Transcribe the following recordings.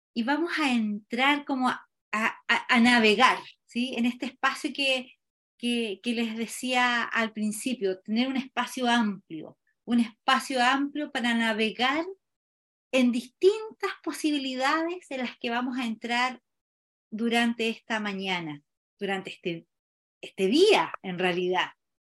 y vamos a entrar como a navegar, ¿sí? En este espacio que les decía al principio, tener un espacio amplio para navegar en distintas posibilidades en las que vamos a entrar durante esta mañana, durante este día en realidad.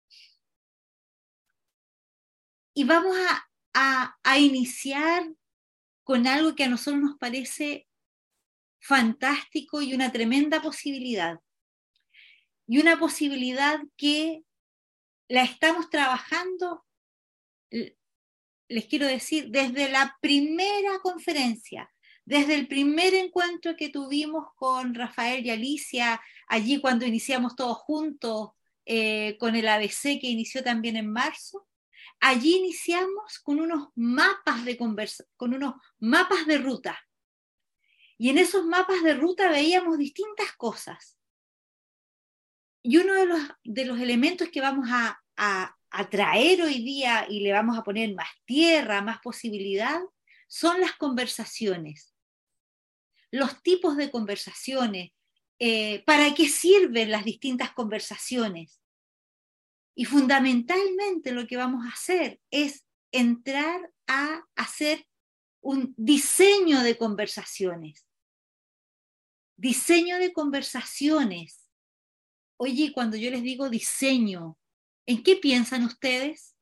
Y vamos a iniciar con algo que a nosotros nos parece fantástico y una tremenda posibilidad. Y una posibilidad que la estamos trabajando, les quiero decir, desde la primera conferencia, desde el primer encuentro que tuvimos con Rafael y Alicia, allí cuando iniciamos todos juntos, con el ABC que inició también en marzo. Allí iniciamos con unos mapas con unos mapas de ruta. Y en esos mapas de ruta veíamos distintas cosas. Y uno de los elementos que vamos a traer hoy día y le vamos a poner más tierra, más posibilidad, son las conversaciones. Los tipos de conversaciones, para qué sirven las distintas conversaciones. Y fundamentalmente lo que vamos a hacer es entrar a hacer un diseño de conversaciones. Diseño de conversaciones. Oye, cuando yo les digo diseño, ¿en qué piensan ustedes?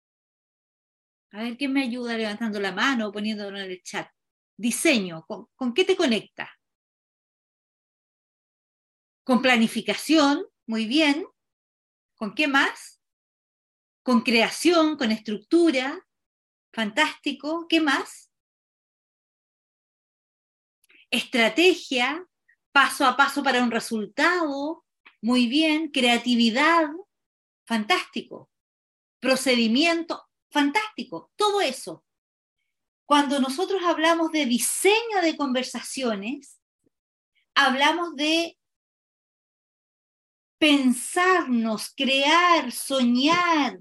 A ver, ¿quién me ayuda levantando la mano o poniéndolo en el chat? Diseño, ¿con qué te conecta? Con planificación, muy bien. ¿Con qué más? Con creación, con estructura, fantástico. ¿Qué más? Estrategia, paso a paso para un resultado, muy bien. Creatividad, fantástico. Procedimiento, fantástico. Todo eso. Cuando nosotros hablamos de diseño de conversaciones, hablamos de pensarnos, crear, soñar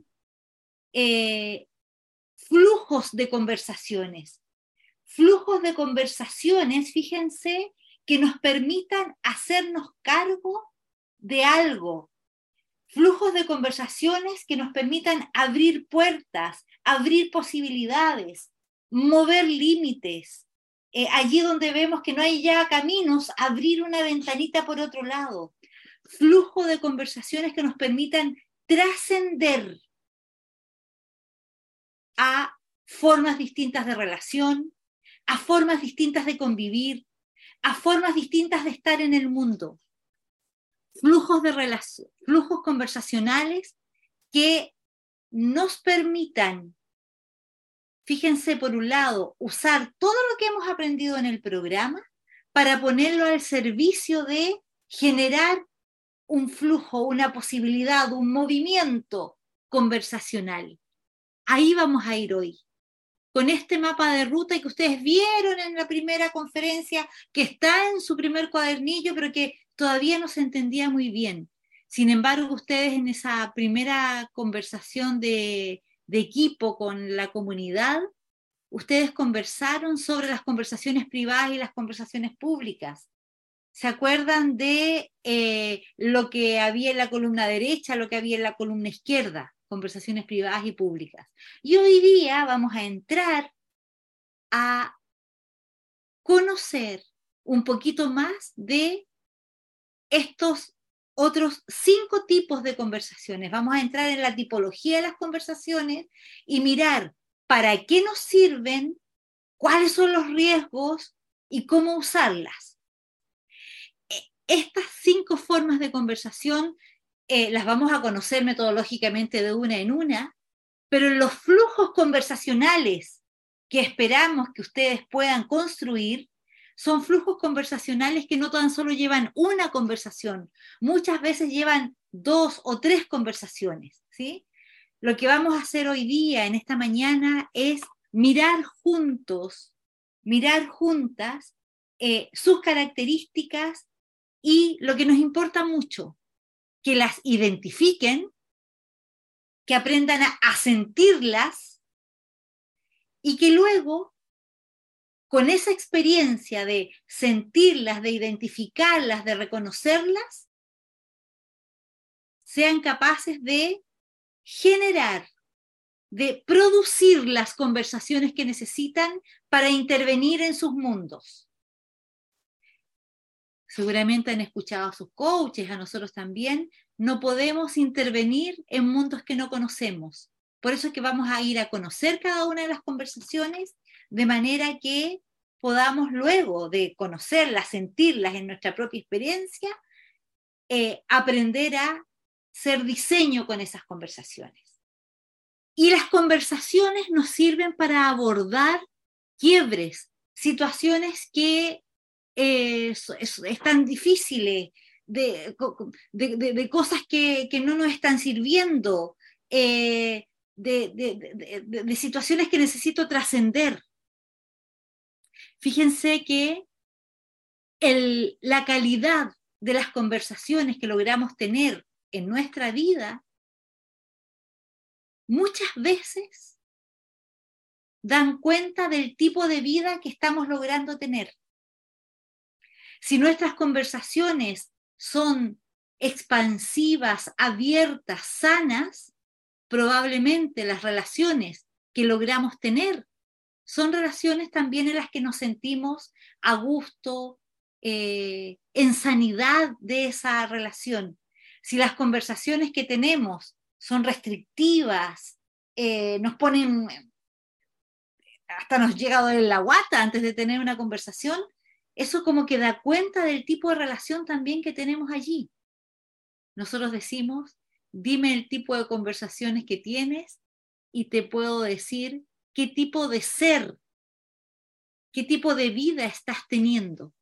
flujos de conversaciones. Flujos de conversaciones, fíjense, que nos permitan hacernos cargo de algo. Flujos de conversaciones que nos permitan abrir puertas, abrir posibilidades, mover límites. Allí donde vemos que no hay ya caminos, abrir una ventanita por otro lado. Flujo de conversaciones que nos permitan trascender a formas distintas de relación, a formas distintas de convivir, a formas distintas de estar en el mundo. Flujos de relación, flujos conversacionales que nos permitan, fíjense, por un lado, usar todo lo que hemos aprendido en el programa para ponerlo al servicio de generar un flujo, una posibilidad, un movimiento conversacional. Ahí vamos a ir hoy, con este mapa de ruta que ustedes vieron en la primera conferencia, que está en su primer cuadernillo, pero que todavía no se entendía muy bien. Sin embargo, ustedes en esa primera conversación de equipo con la comunidad, ustedes conversaron sobre las conversaciones privadas y las conversaciones públicas. ¿Se acuerdan de lo que había en la columna derecha, lo que había en la columna izquierda? Conversaciones privadas y públicas. Y hoy día vamos a entrar a conocer un poquito más de estos otros 5 tipos de conversaciones. Vamos a entrar en la tipología de las conversaciones y mirar para qué nos sirven, cuáles son los riesgos y cómo usarlas. Estas 5 formas de conversación las vamos a conocer metodológicamente de una en una, pero en los flujos conversacionales que esperamos que ustedes puedan construir, son flujos conversacionales que no tan solo llevan una conversación, muchas veces llevan 2 o 3 conversaciones, ¿sí? Lo que vamos a hacer hoy día, en esta mañana, es mirar juntos, mirar juntas sus características y lo que nos importa mucho, que las identifiquen, que aprendan a sentirlas y que luego con esa experiencia de sentirlas, de identificarlas, de reconocerlas, sean capaces de generar, de producir las conversaciones que necesitan para intervenir en sus mundos. Seguramente han escuchado a sus coaches, a nosotros también. No podemos intervenir en mundos que no conocemos. Por eso es que vamos a ir a conocer cada una de las conversaciones de manera que podamos luego de conocerlas, sentirlas en nuestra propia experiencia, aprender a hacer diseño con esas conversaciones. Y las conversaciones nos sirven para abordar quiebres, situaciones que están difíciles, de cosas que no nos están sirviendo, de situaciones que necesito trascender. Fíjense que la calidad de las conversaciones que logramos tener en nuestra vida muchas veces dan cuenta del tipo de vida que estamos logrando tener. Si nuestras conversaciones son expansivas, abiertas, sanas, probablemente las relaciones que logramos tener son relaciones también en las que nos sentimos a gusto, en sanidad de esa relación. Si las conversaciones que tenemos son restrictivas, nos ponen, hasta nos llega a doler la guata antes de tener una conversación, eso como que da cuenta del tipo de relación también que tenemos allí. Nosotros decimos, dime el tipo de conversaciones que tienes y te puedo decir qué tipo de ser, qué tipo de vida estás teniendo.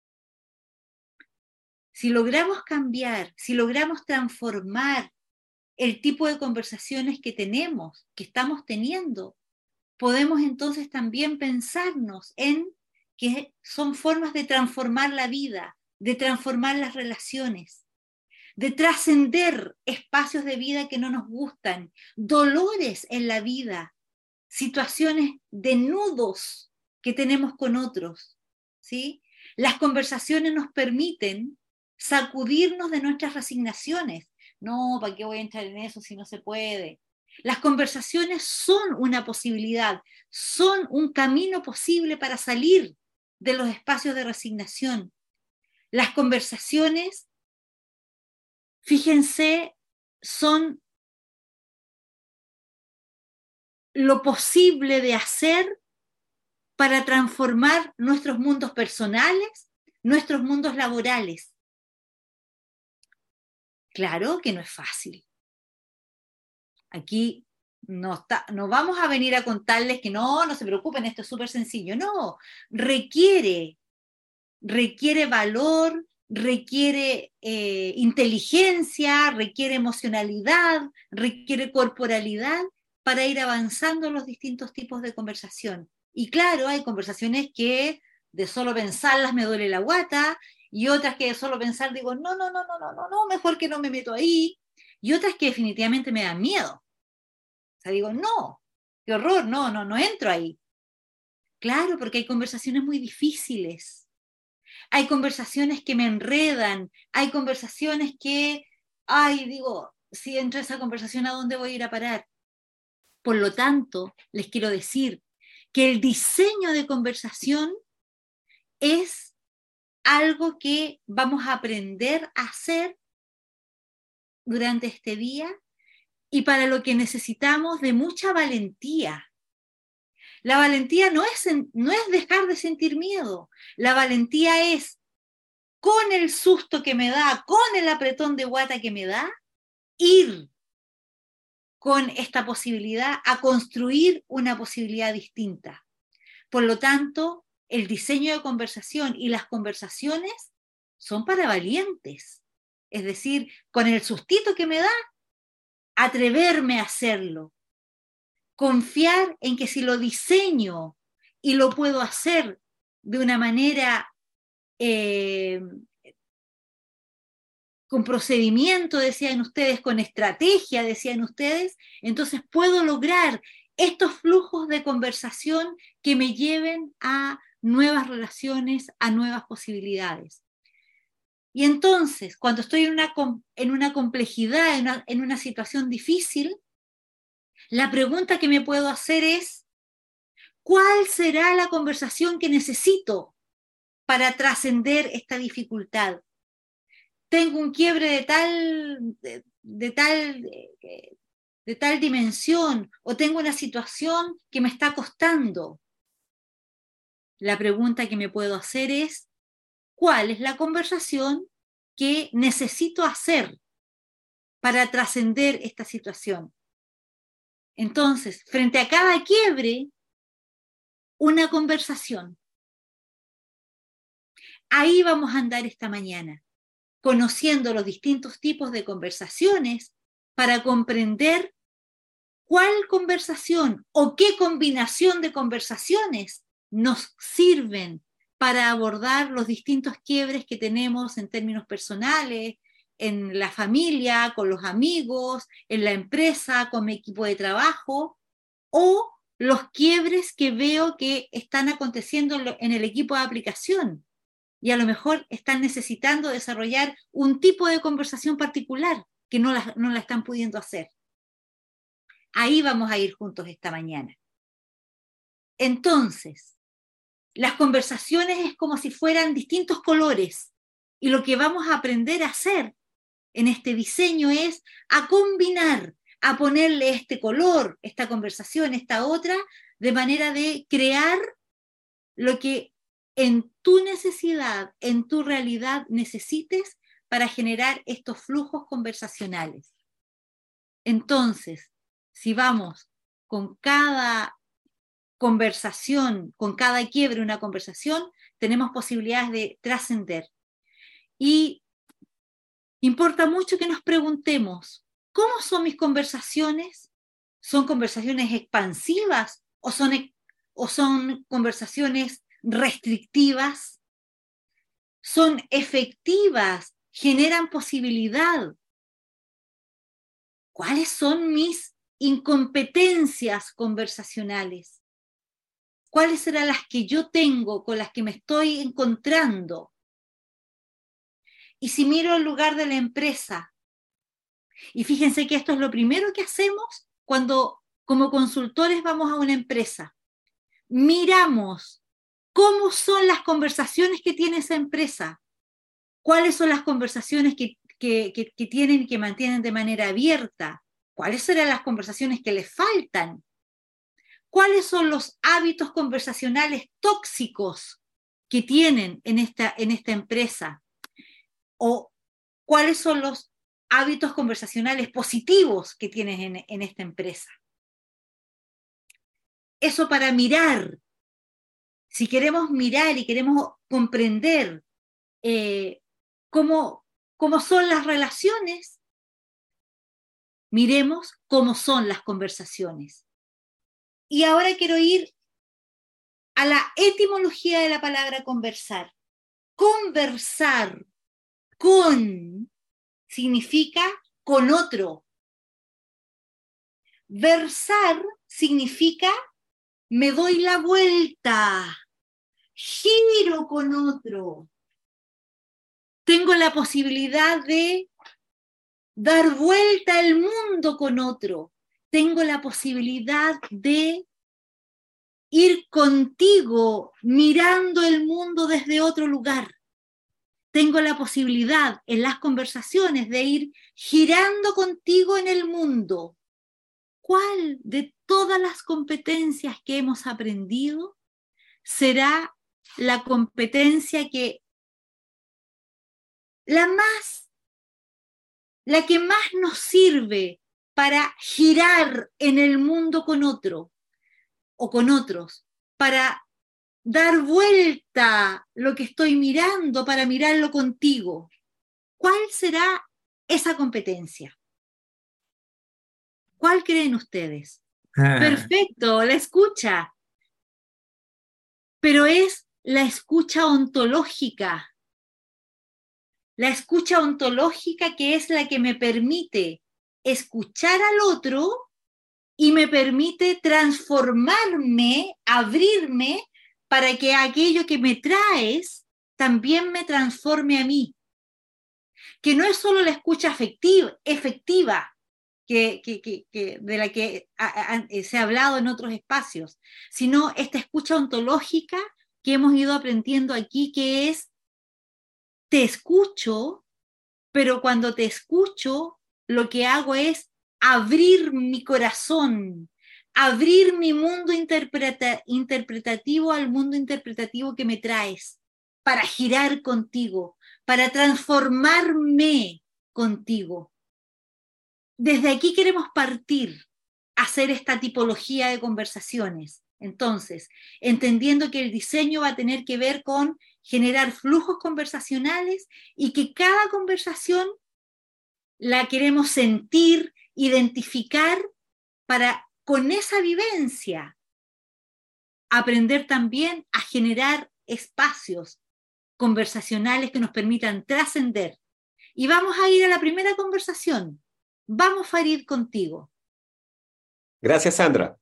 Si logramos cambiar, si logramos transformar el tipo de conversaciones que tenemos, que estamos teniendo, podemos entonces también pensarnos en que son formas de transformar la vida, de transformar las relaciones, de trascender espacios de vida que no nos gustan, dolores en la vida, situaciones de nudos que tenemos con otros, ¿sí? Las conversaciones nos permiten sacudirnos de nuestras resignaciones. No, ¿para qué voy a entrar en eso si no se puede? Las conversaciones son una posibilidad, son un camino posible para salir de los espacios de resignación. Las conversaciones, fíjense, son lo posible de hacer para transformar nuestros mundos personales, nuestros mundos laborales. Claro que no es fácil. Aquí no vamos a venir a contarles que no se preocupen, esto es súper sencillo. No, requiere valor, requiere inteligencia, requiere emocionalidad, requiere corporalidad para ir avanzando en los distintos tipos de conversación. Y claro, hay conversaciones que de solo pensarlas me duele la guata, y otras que de solo pensar digo, no, mejor que no me meto ahí, y otras que definitivamente me dan miedo. O sea, digo, no, qué horror, no entro ahí. Claro, porque hay conversaciones muy difíciles. Hay conversaciones que me enredan, hay conversaciones que, digo, si entro a esa conversación, ¿a dónde voy a ir a parar? Por lo tanto, les quiero decir que el diseño de conversación es algo que vamos a aprender a hacer durante este día y para lo que necesitamos de mucha valentía. La valentía no es dejar de sentir miedo. La valentía es, con el susto que me da, con el apretón de guata que me da, ir con esta posibilidad a construir una posibilidad distinta. Por lo tanto, el diseño de conversación y las conversaciones son para valientes. Es decir, con el sustito que me da, atreverme a hacerlo. Confiar en que si lo diseño y lo puedo hacer de una manera con procedimiento, decían ustedes, con estrategia, decían ustedes, entonces puedo lograr estos flujos de conversación que me lleven a nuevas relaciones, a nuevas posibilidades. Y entonces, cuando estoy en una complejidad, en una situación difícil, la pregunta que me puedo hacer es, ¿cuál será la conversación que necesito para trascender esta dificultad? Tengo un quiebre de tal dimensión, o tengo una situación que me está costando. La pregunta que me puedo hacer es, ¿cuál es la conversación que necesito hacer para trascender esta situación? Entonces, frente a cada quiebre, una conversación. Ahí vamos a andar esta mañana, conociendo los distintos tipos de conversaciones para comprender cuál conversación o qué combinación de conversaciones nos sirven para abordar los distintos quiebres que tenemos en términos personales, en la familia, con los amigos, en la empresa, con mi equipo de trabajo, o los quiebres que veo que están aconteciendo en el equipo de aplicación. Y a lo mejor están necesitando desarrollar un tipo de conversación particular que no la están pudiendo hacer. Ahí vamos a ir juntos esta mañana. Entonces, las conversaciones es como si fueran distintos colores, y lo que vamos a aprender a hacer en este diseño es a combinar, a ponerle este color, esta conversación, esta otra, de manera de crear lo que en tu necesidad, en tu realidad necesites para generar estos flujos conversacionales. Entonces, si vamos con cada conversación, con cada quiebre una conversación, tenemos posibilidades de trascender. Y importa mucho que nos preguntemos, ¿cómo son mis conversaciones? ¿Son conversaciones expansivas o son conversaciones restrictivas? ¿Son efectivas? ¿Generan posibilidad? ¿Cuáles son mis incompetencias conversacionales? ¿Cuáles serán las que yo tengo, con las que me estoy encontrando? Y si miro el lugar de la empresa, y fíjense que esto es lo primero que hacemos cuando como consultores vamos a una empresa, miramos cómo son las conversaciones que tiene esa empresa, cuáles son las conversaciones que tienen y que mantienen de manera abierta, cuáles serán las conversaciones que les faltan, cuáles son los hábitos conversacionales tóxicos que tienen en esta empresa, o cuáles son los hábitos conversacionales positivos que tienen en esta empresa. Eso para mirar. Si queremos mirar y queremos comprender cómo son las relaciones, miremos cómo son las conversaciones. Y ahora quiero ir a la etimología de la palabra conversar. Conversar con significa con otro. Versar significa me doy la vuelta, giro con otro. Tengo la posibilidad de dar vuelta al mundo con otro. Tengo la posibilidad de ir contigo mirando el mundo desde otro lugar. Tengo la posibilidad en las conversaciones de ir girando contigo en el mundo. ¿Cuál de todas las competencias que hemos aprendido será la competencia que la que más nos sirve para girar en el mundo con otro o con otros, para dar vuelta lo que estoy mirando, para mirarlo contigo? ¿Cuál será esa competencia? ¿Cuál creen ustedes? Perfecto, la escucha. Pero es la escucha ontológica. La escucha ontológica, que es la que me permite escuchar al otro y me permite transformarme, abrirme para que aquello que me traes también me transforme a mí. Que no es solo la escucha efectiva de la que se ha hablado en otros espacios, sino esta escucha ontológica que hemos ido aprendiendo aquí, que es, te escucho, pero cuando te escucho, lo que hago es abrir mi corazón, abrir mi mundo interpretativo al mundo interpretativo que me traes, para girar contigo, para transformarme contigo. Desde aquí queremos partir a hacer esta tipología de conversaciones. Entonces, entendiendo que el diseño va a tener que ver con generar flujos conversacionales y que cada conversación la queremos sentir, identificar, para con esa vivencia aprender también a generar espacios conversacionales que nos permitan trascender. Y vamos a ir a la primera conversación. Vamos, Farid, contigo. Gracias, Sandra.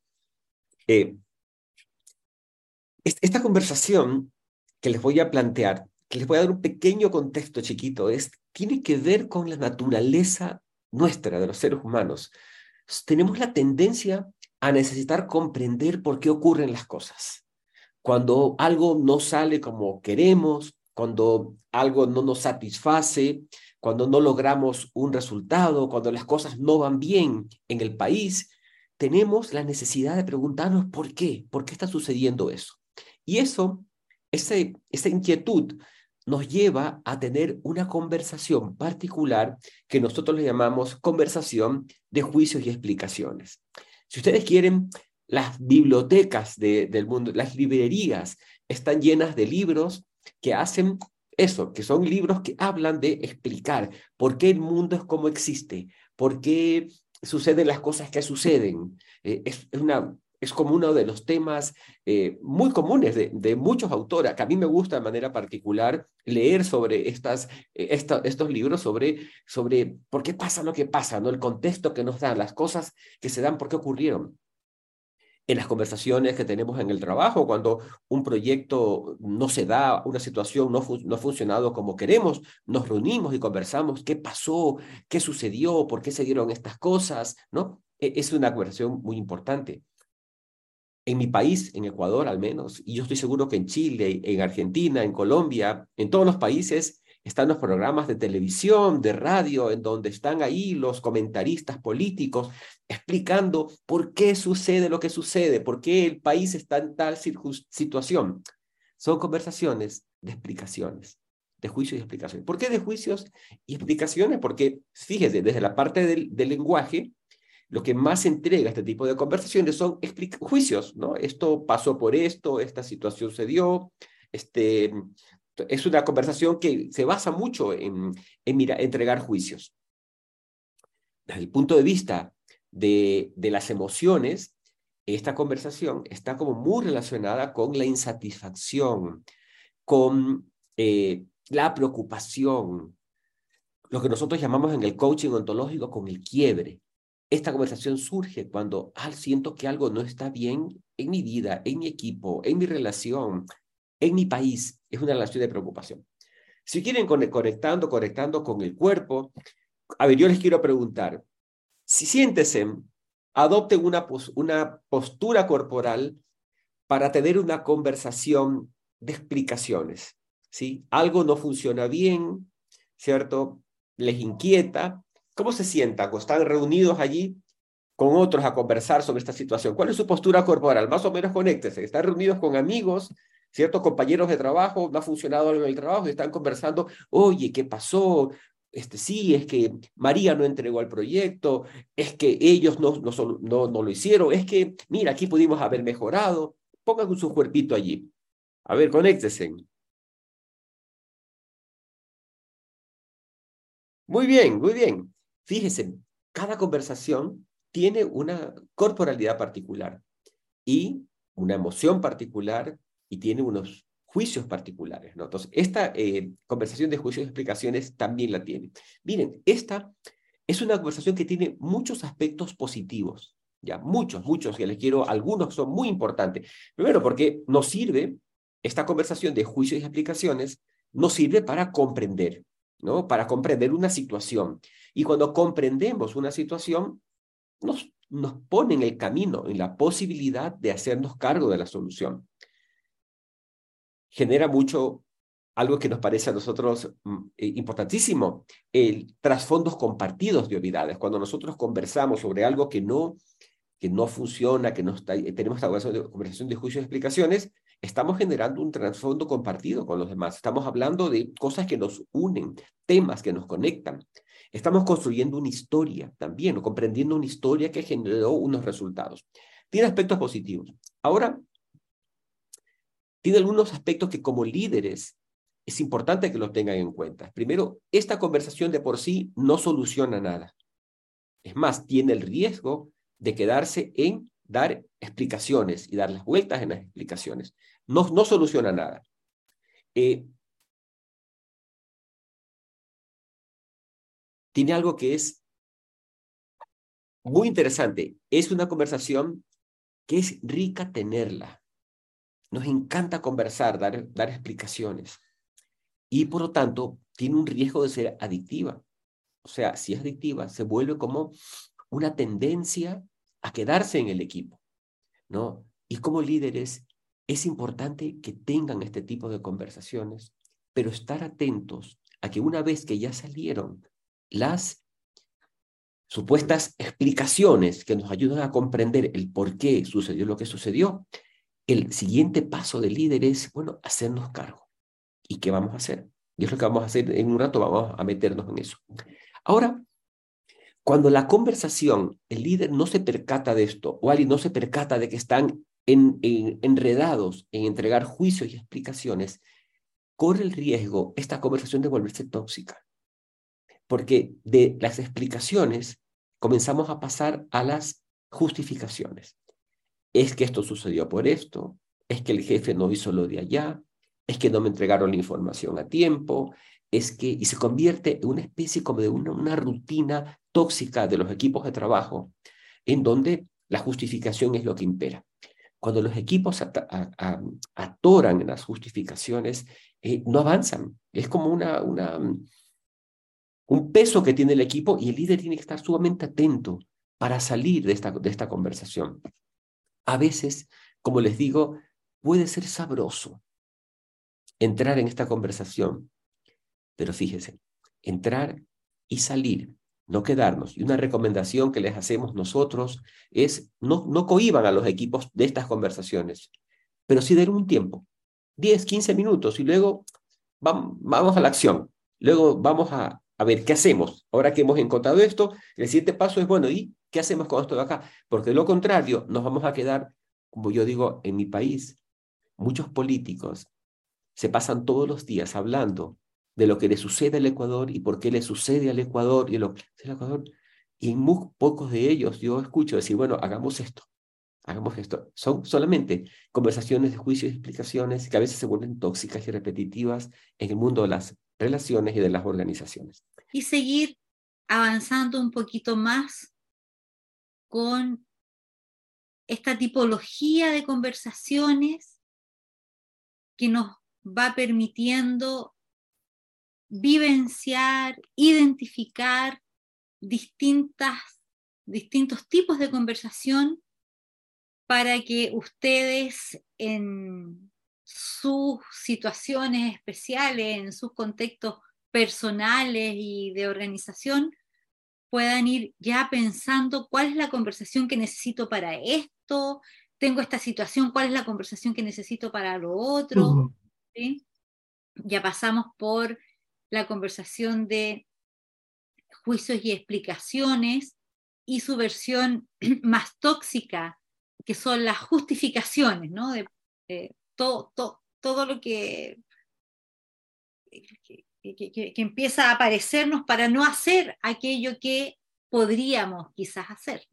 Esta conversación que les voy a plantear, que les voy a dar un pequeño contexto chiquito, tiene que ver con la naturaleza nuestra, de los seres humanos. Tenemos la tendencia a necesitar comprender por qué ocurren las cosas. Cuando algo no sale como queremos, cuando algo no nos satisface, cuando no logramos un resultado, cuando las cosas no van bien en el país, tenemos la necesidad de preguntarnos por qué está sucediendo eso. Y esa inquietud nos lleva a tener una conversación particular que nosotros le llamamos conversación de juicios y explicaciones. Si ustedes quieren, las bibliotecas del mundo, las librerías están llenas de libros que hacen eso, que son libros que hablan de explicar por qué el mundo es como existe, por qué suceden las cosas que suceden. Es como uno de los temas muy comunes de muchos autores, que a mí me gusta de manera particular leer sobre estos libros, sobre por qué pasa lo que pasa, ¿no? El contexto que nos dan, las cosas que se dan, por qué ocurrieron. En las conversaciones que tenemos en el trabajo, cuando un proyecto no se da, una situación no ha funcionado como queremos, nos reunimos y conversamos qué pasó, qué sucedió, por qué se dieron estas cosas, ¿no? Es una conversación muy importante. En mi país, en Ecuador al menos, y yo estoy seguro que en Chile, en Argentina, en Colombia, en todos los países están los programas de televisión, de radio, en donde están ahí los comentaristas políticos explicando por qué sucede lo que sucede, por qué el país está en tal situación. Son conversaciones de explicaciones, de juicios y explicaciones. ¿Por qué de juicios y explicaciones? Porque, fíjese, desde la parte del lenguaje, lo que más entrega este tipo de conversaciones son juicios, ¿no? Esto pasó por esto, esta situación se dio, es una conversación que se basa mucho en entregar juicios. Desde el punto de vista de las emociones, esta conversación está como muy relacionada con la insatisfacción, con la preocupación, lo que nosotros llamamos en el coaching ontológico con el quiebre. Esta conversación surge cuando siento que algo no está bien en mi vida, en mi equipo, en mi relación, en mi país. Es una relación de preocupación. Si quieren conectando con el cuerpo, a ver, yo les quiero preguntar, si siéntese, adopten una postura corporal para tener una conversación de explicaciones, ¿sí? Algo no funciona bien, ¿cierto? Les inquieta. ¿Cómo se sientan? ¿Están reunidos allí con otros a conversar sobre esta situación? ¿Cuál es su postura corporal? Más o menos conéctese. Están reunidos con amigos, ¿cierto? Compañeros de trabajo, no ha funcionado algo en el trabajo, y están conversando, oye, ¿qué pasó? Sí, es que María no entregó el proyecto, es que ellos no lo hicieron, es que, mira, aquí pudimos haber mejorado. Pongan su cuerpito allí. A ver, conéctese. Muy bien, muy bien. Fíjese, cada conversación tiene una corporalidad particular y una emoción particular y tiene unos juicios particulares, ¿no? Entonces, esta conversación de juicios y explicaciones también la tiene. Miren, esta es una conversación que tiene muchos aspectos positivos, ya, muchos, que les quiero, algunos son muy importantes. Primero, porque nos sirve esta conversación de juicios y explicaciones nos sirve para comprender, ¿no? Para comprender una situación. Y cuando comprendemos una situación, nos pone en el camino, en la posibilidad de hacernos cargo de la solución. Genera mucho algo que nos parece a nosotros importantísimo, el trasfondos compartidos de habilidades. Cuando nosotros conversamos sobre algo que no funciona, que no está, tenemos esta conversación de juicios y explicaciones, estamos generando un trasfondo compartido con los demás. Estamos hablando de cosas que nos unen, temas que nos conectan. Estamos construyendo una historia también, o comprendiendo una historia que generó unos resultados. Tiene aspectos positivos. Ahora, tiene algunos aspectos que como líderes es importante que los tengan en cuenta. Primero, esta conversación de por sí no soluciona nada. Es más, tiene el riesgo de quedarse en dar explicaciones y dar las vueltas en las explicaciones. No soluciona nada. Tiene algo que es muy interesante. Es una conversación que es rica tenerla. Nos encanta conversar, dar explicaciones. Y por lo tanto, tiene un riesgo de ser adictiva. O sea, si es adictiva, se vuelve como una tendencia a quedarse en el equipo, ¿no? Y como líderes, es importante que tengan este tipo de conversaciones, pero estar atentos a que una vez que ya salieron las supuestas explicaciones que nos ayudan a comprender el por qué sucedió lo que sucedió, el siguiente paso del líder es, bueno, hacernos cargo. ¿Y qué vamos a hacer? Y es lo que vamos a hacer en un rato, vamos a meternos en eso. Ahora, cuando la conversación, el líder no se percata de esto, o alguien no se percata de que están enredados en entregar juicios y explicaciones, corre el riesgo esta conversación de volverse tóxica. Porque de las explicaciones comenzamos a pasar a las justificaciones. Es que esto sucedió por esto, es que el jefe no hizo lo de allá, es que no me entregaron la información a tiempo, y se convierte en una especie como de una rutina tóxica de los equipos de trabajo, en donde la justificación es lo que impera. Cuando los equipos atoran en las justificaciones, no avanzan. Es como un peso que tiene el equipo y el líder tiene que estar sumamente atento para salir de esta conversación. A veces, como les digo, puede ser sabroso entrar en esta conversación, pero fíjense, entrar y salir, no quedarnos. Y una recomendación que les hacemos nosotros es no cohíban a los equipos de estas conversaciones, pero sí den un tiempo, 10, 15 minutos, y luego vamos a la acción. Luego vamos a ver qué hacemos. Ahora que hemos encontrado esto, el siguiente paso es, bueno, ¿y qué hacemos con esto de acá? Porque de lo contrario, nos vamos a quedar, como yo digo, en mi país, muchos políticos se pasan todos los días hablando de lo que le sucede al Ecuador y por qué le sucede al Ecuador y lo que sucede al Ecuador. Y muy pocos de ellos yo escucho decir, bueno, hagamos esto, hagamos esto. Son solamente conversaciones de juicios y explicaciones que a veces se vuelven tóxicas y repetitivas en el mundo de las relaciones y de las organizaciones. Y seguir avanzando un poquito más con esta tipología de conversaciones que nos va permitiendo vivenciar, identificar distintos tipos de conversación para que ustedes en sus situaciones especiales, en sus contextos personales y de organización, puedan ir ya pensando cuál es la conversación que necesito para esto, tengo esta situación, cuál es la conversación que necesito para lo otro. ¿Sí? Ya pasamos por la conversación de juicios y explicaciones y su versión más tóxica, que son las justificaciones, ¿no? De todo lo que empieza a aparecernos para no hacer aquello que podríamos quizás hacer.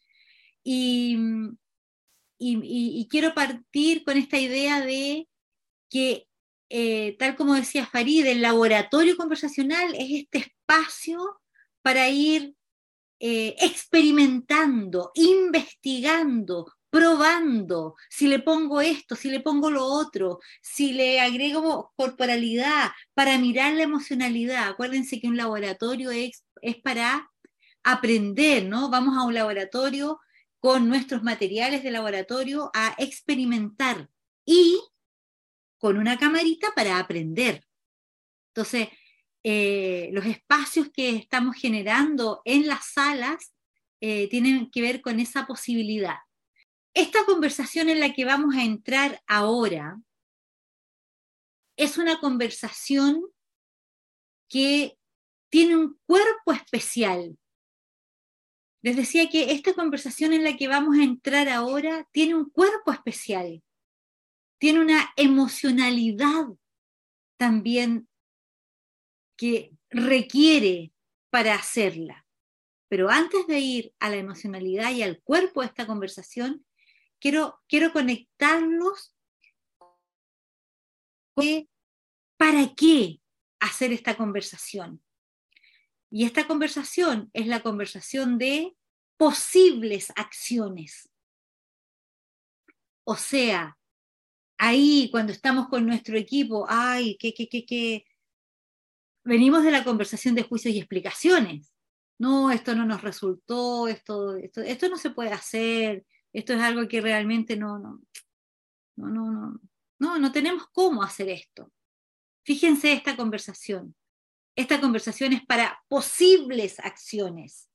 Y quiero partir con esta idea de que, tal como decía Farid, el laboratorio conversacional es este espacio para ir experimentando, investigando probando, si le pongo esto, si le pongo lo otro, si le agrego corporalidad, para mirar la emocionalidad. Acuérdense que un laboratorio es para aprender, ¿no? Vamos a un laboratorio con nuestros materiales de laboratorio a experimentar y con una camarita para aprender. Entonces, los espacios que estamos generando en las salas tienen que ver con esa posibilidad. Esta conversación en la que vamos a entrar ahora es una conversación que tiene un cuerpo especial. Les decía que esta conversación en la que vamos a entrar ahora tiene un cuerpo especial, tiene una emocionalidad también que requiere para hacerla. Pero antes de ir a la emocionalidad y al cuerpo de esta conversación, quiero conectarlos con para qué hacer esta conversación. Y esta conversación es la conversación de posibles acciones. O sea, ahí cuando estamos con nuestro equipo, venimos de la conversación de juicios y explicaciones. No, esto no nos resultó, esto no se puede hacer, esto es algo que realmente no tenemos cómo hacer esto. Fíjense esta conversación. Esta conversación es para posibles acciones.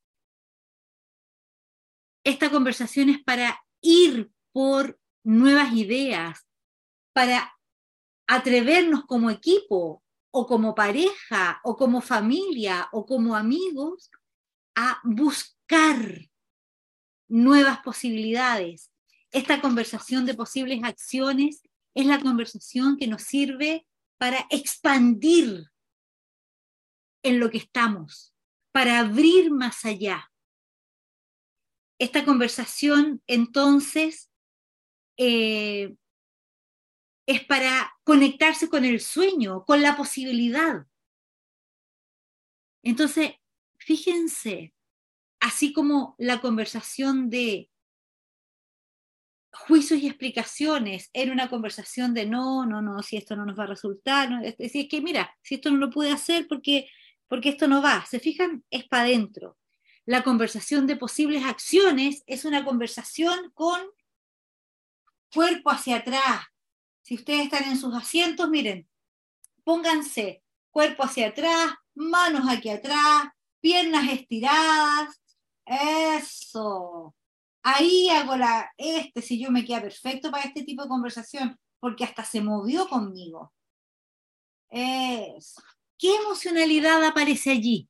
Esta conversación es para ir por nuevas ideas, para atrevernos como equipo, o como pareja, o como familia, o como amigos, a buscar nuevas posibilidades. Esta conversación de posibles acciones es la conversación que nos sirve para expandir en lo que estamos, para abrir más allá. Esta conversación, entonces, es para conectarse con el sueño, con la posibilidad. Entonces, fíjense, así como la conversación de juicios y explicaciones era una conversación de no, si esto no nos va a resultar, no, es decir, es que mira, si esto no lo pude hacer porque esto no va, ¿se fijan? Es para adentro. La conversación de posibles acciones es una conversación con cuerpo hacia atrás. Si ustedes están en sus asientos, miren, pónganse cuerpo hacia atrás, manos aquí atrás, piernas estiradas, eso. Ahí hago si yo me queda perfecto para este tipo de conversación, porque hasta se movió conmigo. Eso. ¿Qué emocionalidad aparece allí?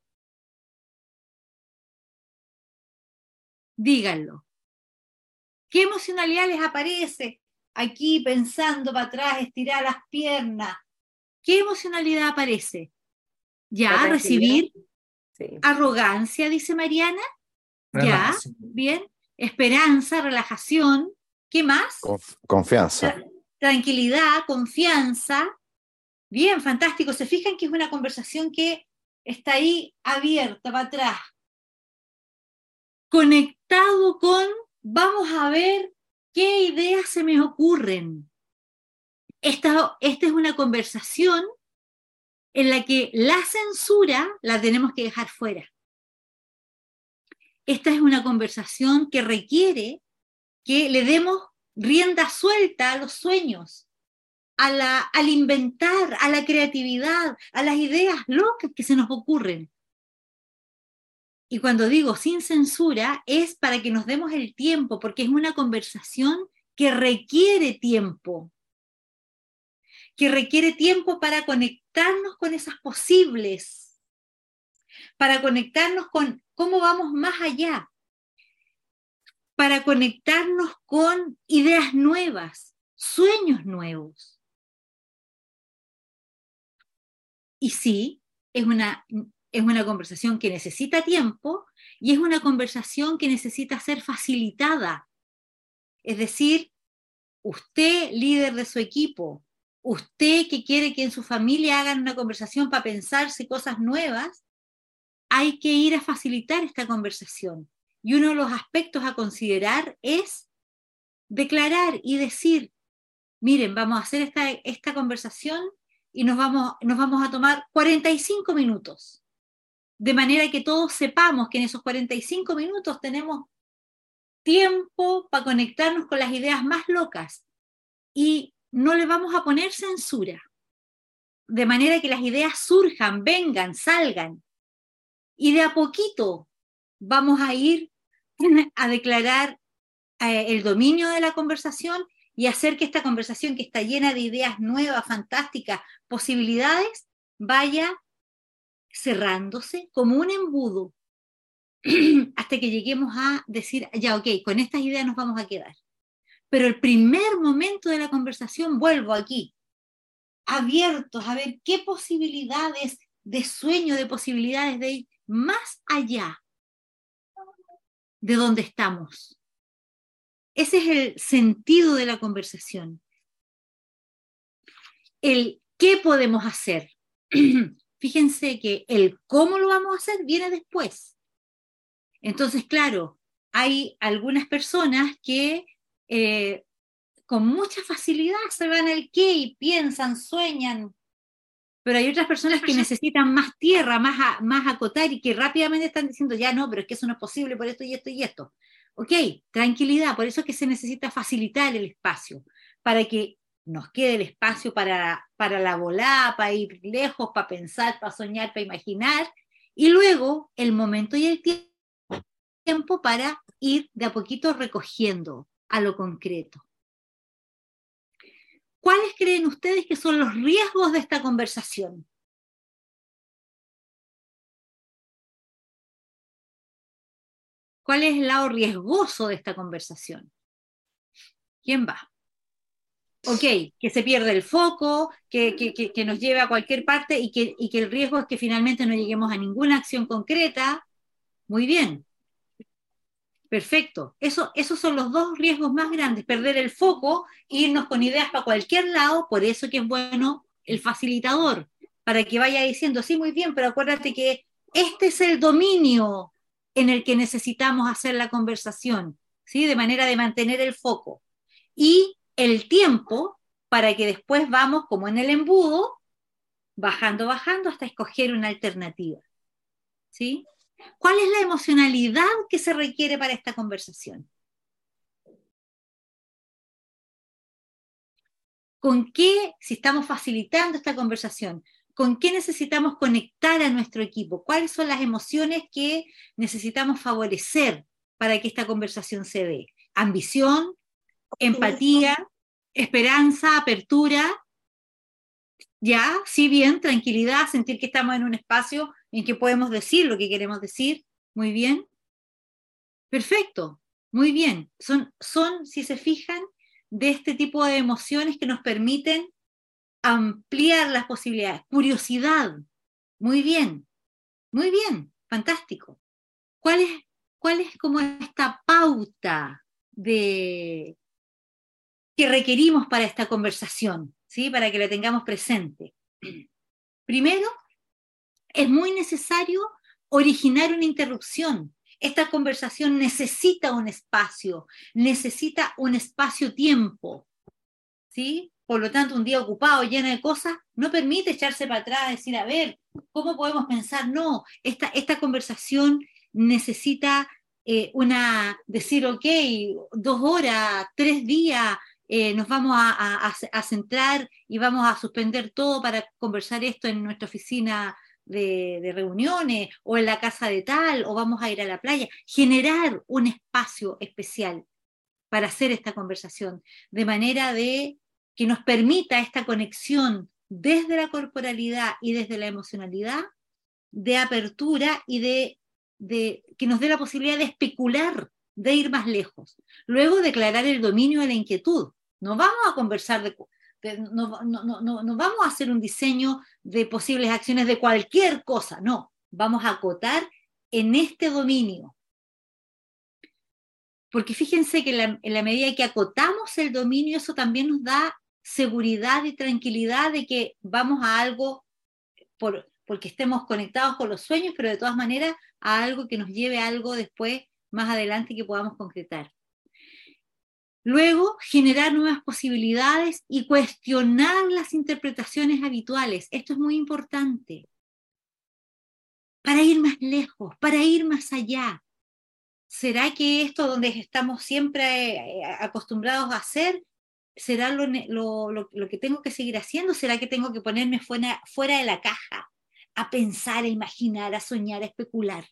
Díganlo. ¿Qué emocionalidad les aparece aquí pensando para atrás, estirar las piernas? ¿Qué emocionalidad aparece? Ya, recibir sí. Arrogancia, dice Mariana. Relajación. Ya, bien. Esperanza, relajación. ¿Qué más? Confianza. Tranquilidad, confianza. Bien, fantástico. Se fijan que es una conversación que está ahí abierta para atrás. Conectado con, vamos a ver qué ideas se me ocurren. Esta es una conversación en la que la censura la tenemos que dejar fuera. Esta es una conversación que requiere que le demos rienda suelta a los sueños, al inventar, a la creatividad, a las ideas locas que se nos ocurren. Y cuando digo sin censura, es para que nos demos el tiempo, porque es una conversación que requiere tiempo para conectarnos con esas posibles, para conectarnos con cómo vamos más allá, para conectarnos con ideas nuevas, sueños nuevos. Y sí, es una conversación que necesita tiempo y es una conversación que necesita ser facilitada. Es decir, usted, líder de su equipo, usted que quiere que en su familia hagan una conversación para pensarse cosas nuevas, hay que ir a facilitar esta conversación. Y uno de los aspectos a considerar es declarar y decir, miren, vamos a hacer esta conversación y nos vamos a tomar 45 minutos, de manera que todos sepamos que en esos 45 minutos tenemos tiempo para conectarnos con las ideas más locas y no le vamos a poner censura, de manera que las ideas surjan, vengan, salgan, y de a poquito vamos a ir a declarar el dominio de la conversación y hacer que esta conversación, que está llena de ideas nuevas, fantásticas, posibilidades, vaya cerrándose como un embudo hasta que lleguemos a decir, ya, ok, con estas ideas nos vamos a quedar. Pero el primer momento de la conversación, vuelvo aquí, abiertos a ver qué posibilidades de sueño, de posibilidades de ir más allá de donde estamos. Ese es el sentido de la conversación. El qué podemos hacer. Fíjense que el cómo lo vamos a hacer viene después. Entonces, claro, hay algunas personas que con mucha facilidad se van al qué y piensan, sueñan, pero hay otras personas que necesitan más tierra, más acotar y que rápidamente están diciendo, ya no, pero es que eso no es posible por esto y esto y esto. Ok, tranquilidad, por eso es que se necesita facilitar el espacio, para que nos quede el espacio para la volada, para ir lejos, para pensar, para soñar, para imaginar, y luego el momento y el tiempo para ir de a poquito recogiendo a lo concreto. ¿Cuáles creen ustedes que son los riesgos de esta conversación? ¿Cuál es el lado riesgoso de esta conversación? ¿Quién va? Ok, que se pierda el foco, que nos lleve a cualquier parte y que el riesgo es que finalmente no lleguemos a ninguna acción concreta. Muy bien. Perfecto. Esos son los dos riesgos más grandes, perder el foco e irnos con ideas para cualquier lado, por eso que es bueno el facilitador, para que vaya diciendo, sí, muy bien, pero acuérdate que este es el dominio en el que necesitamos hacer la conversación, ¿sí? De manera de mantener el foco. Y el tiempo para que después vamos, como en el embudo, bajando hasta escoger una alternativa, ¿sí? ¿Cuál es la emocionalidad que se requiere para esta conversación? ¿Con qué, si estamos facilitando esta conversación, con qué necesitamos conectar a nuestro equipo? ¿Cuáles son las emociones que necesitamos favorecer para que esta conversación se dé? Ambición, empatía, esperanza, apertura, ya, sí, bien, tranquilidad, sentir que estamos en un espacio en que podemos decir lo que queremos decir, muy bien. Perfecto, muy bien. Son, si se fijan, de este tipo de emociones que nos permiten ampliar las posibilidades. Curiosidad, muy bien, fantástico. ¿Cuál es como esta pauta que requerimos para esta conversación, ¿sí? Para que la tengamos presente? Primero, es muy necesario originar una interrupción. Esta conversación necesita un espacio-tiempo, ¿sí? Por lo tanto, un día ocupado, lleno de cosas, no permite echarse para atrás, decir, a ver, ¿cómo podemos pensar? No, esta conversación necesita decir, ok, 2 horas, 3 días, nos vamos a centrar y vamos a suspender todo para conversar esto en nuestra oficina de reuniones o en la casa de tal, o vamos a ir a la playa. Generar un espacio especial para hacer esta conversación, de manera de que nos permita esta conexión desde la corporalidad y desde la emocionalidad, de apertura y de que nos dé la posibilidad de especular, de ir más lejos. Luego declarar el dominio de la inquietud. No vamos a conversar no vamos a hacer un diseño de posibles acciones de cualquier cosa, no. Vamos a acotar en este dominio. Porque fíjense que en la medida que acotamos el dominio, eso también nos da seguridad y tranquilidad de que vamos a algo porque estemos conectados con los sueños, pero de todas maneras a algo que nos lleve a algo después, más adelante, que podamos concretar. Luego, generar nuevas posibilidades y cuestionar las interpretaciones habituales. Esto es muy importante. Para ir más lejos, para ir más allá. ¿Será que esto donde estamos siempre acostumbrados a hacer, será lo que tengo que seguir haciendo? ¿Será que tengo que ponerme fuera de la caja, a pensar, a imaginar, a soñar, a especular?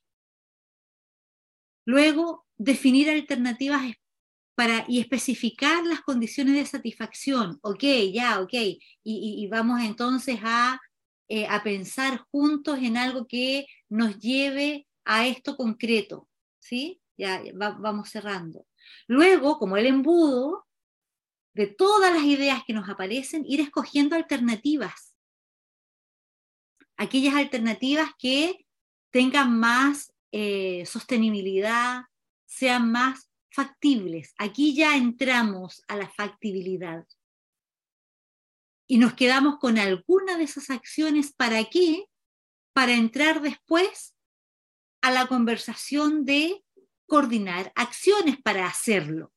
Luego, definir alternativas y especificar las condiciones de satisfacción. Ok, y vamos entonces a pensar juntos en algo que nos lleve a esto concreto, ¿sí? Vamos cerrando. Luego, como el embudo, de todas las ideas que nos aparecen, ir escogiendo alternativas. Aquellas alternativas que tengan más sostenibilidad, sean más factibles. Aquí ya entramos a la factibilidad. Y nos quedamos con alguna de esas acciones. ¿Para qué? Para entrar después a la conversación de coordinar acciones para hacerlo.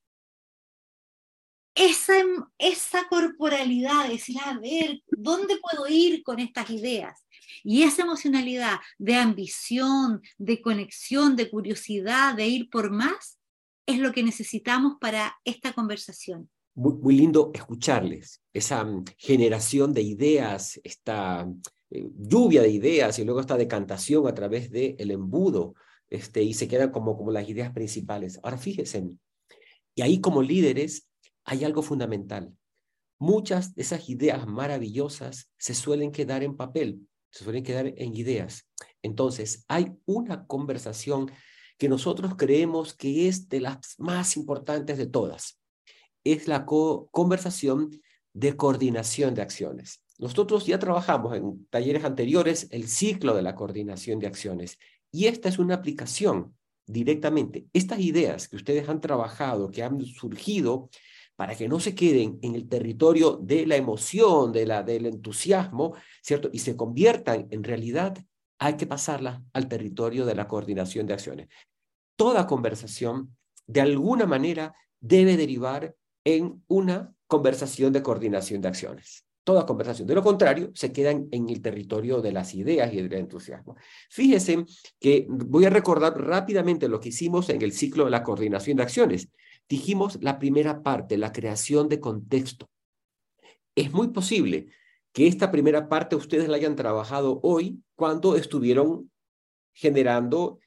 Esa corporalidad, decir, a ver, ¿dónde puedo ir con estas ideas? Y esa emocionalidad de ambición, de conexión, de curiosidad, de ir por más, es lo que necesitamos para esta conversación. Muy lindo escucharles, esa generación de ideas, esta lluvia de ideas y luego esta decantación a través del embudo, y se quedan como las ideas principales. Ahora fíjense, y ahí como líderes hay algo fundamental. Muchas de esas ideas maravillosas se suelen quedar en papel, se suelen quedar en ideas. Entonces, hay una conversación que nosotros creemos que es de las más importantes de todas. Es la conversación de coordinación de acciones. Nosotros ya trabajamos en talleres anteriores el ciclo de la coordinación de acciones y esta es una aplicación directamente. Estas ideas que ustedes han trabajado, que han surgido, para que no se queden en el territorio de la emoción, del entusiasmo, ¿cierto? Y se conviertan en realidad, hay que pasarlas al territorio de la coordinación de acciones. Toda conversación, de alguna manera, debe derivar en una conversación de coordinación de acciones. Toda conversación. De lo contrario, se quedan en el territorio de las ideas y del entusiasmo. Fíjense que voy a recordar rápidamente lo que hicimos en el ciclo de la coordinación de acciones. Dijimos la primera parte, la creación de contexto. Es muy posible que esta primera parte ustedes la hayan trabajado hoy cuando estuvieron generando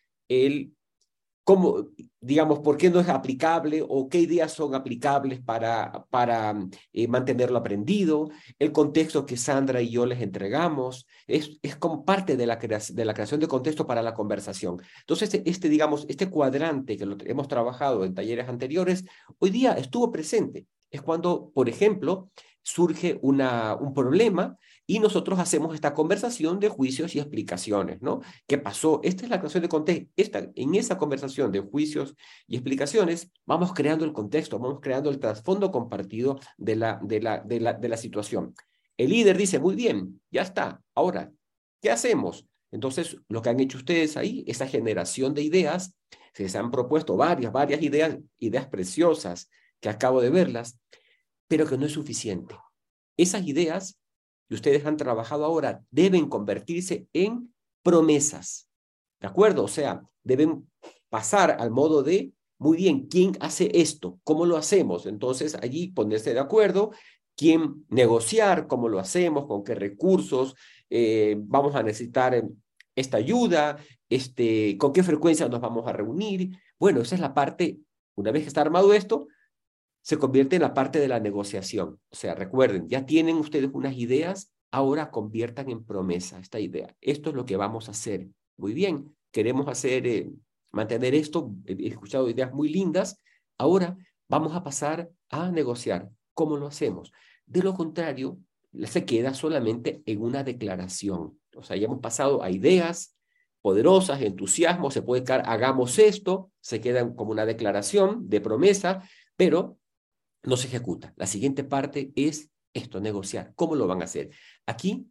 cómo, digamos, por qué no es aplicable o qué ideas son aplicables para mantenerlo aprendido, el contexto que Sandra y yo les entregamos, es como parte de la creación de contexto para la conversación. Entonces, digamos, este cuadrante que lo hemos trabajado en talleres anteriores, hoy día estuvo presente. Es cuando, por ejemplo, surge un problema y nosotros hacemos esta conversación de juicios y explicaciones, ¿no? ¿Qué pasó? Esta es la creación de contexto. En esa conversación de juicios y explicaciones vamos creando el contexto, vamos creando el trasfondo compartido de la situación. El líder dice, muy bien, ya está. Ahora, ¿qué hacemos? Entonces, lo que han hecho ustedes ahí, esa generación de ideas, se han propuesto varias ideas preciosas que acabo de verlas, pero que no es suficiente. Esas ideas que ustedes han trabajado ahora deben convertirse en promesas, ¿de acuerdo? O sea, deben pasar al modo de, muy bien, ¿quién hace esto? ¿Cómo lo hacemos? Entonces, allí ponerse de acuerdo, quién negociar, cómo lo hacemos, con qué recursos, vamos a necesitar esta ayuda, con qué frecuencia nos vamos a reunir. Bueno, esa es la parte, una vez que está armado esto, se convierte en la parte de la negociación. O sea, recuerden, ya tienen ustedes unas ideas, ahora conviertan en promesa esta idea. Esto es lo que vamos a hacer. Muy bien, queremos mantener esto. He escuchado ideas muy lindas. Ahora vamos a pasar a negociar. ¿Cómo lo hacemos? De lo contrario, se queda solamente en una declaración. O sea, ya hemos pasado a ideas poderosas, entusiasmo, se puede quedar, hagamos esto, se queda como una declaración de promesa, pero no se ejecuta. La siguiente parte es esto, negociar. ¿Cómo lo van a hacer? Aquí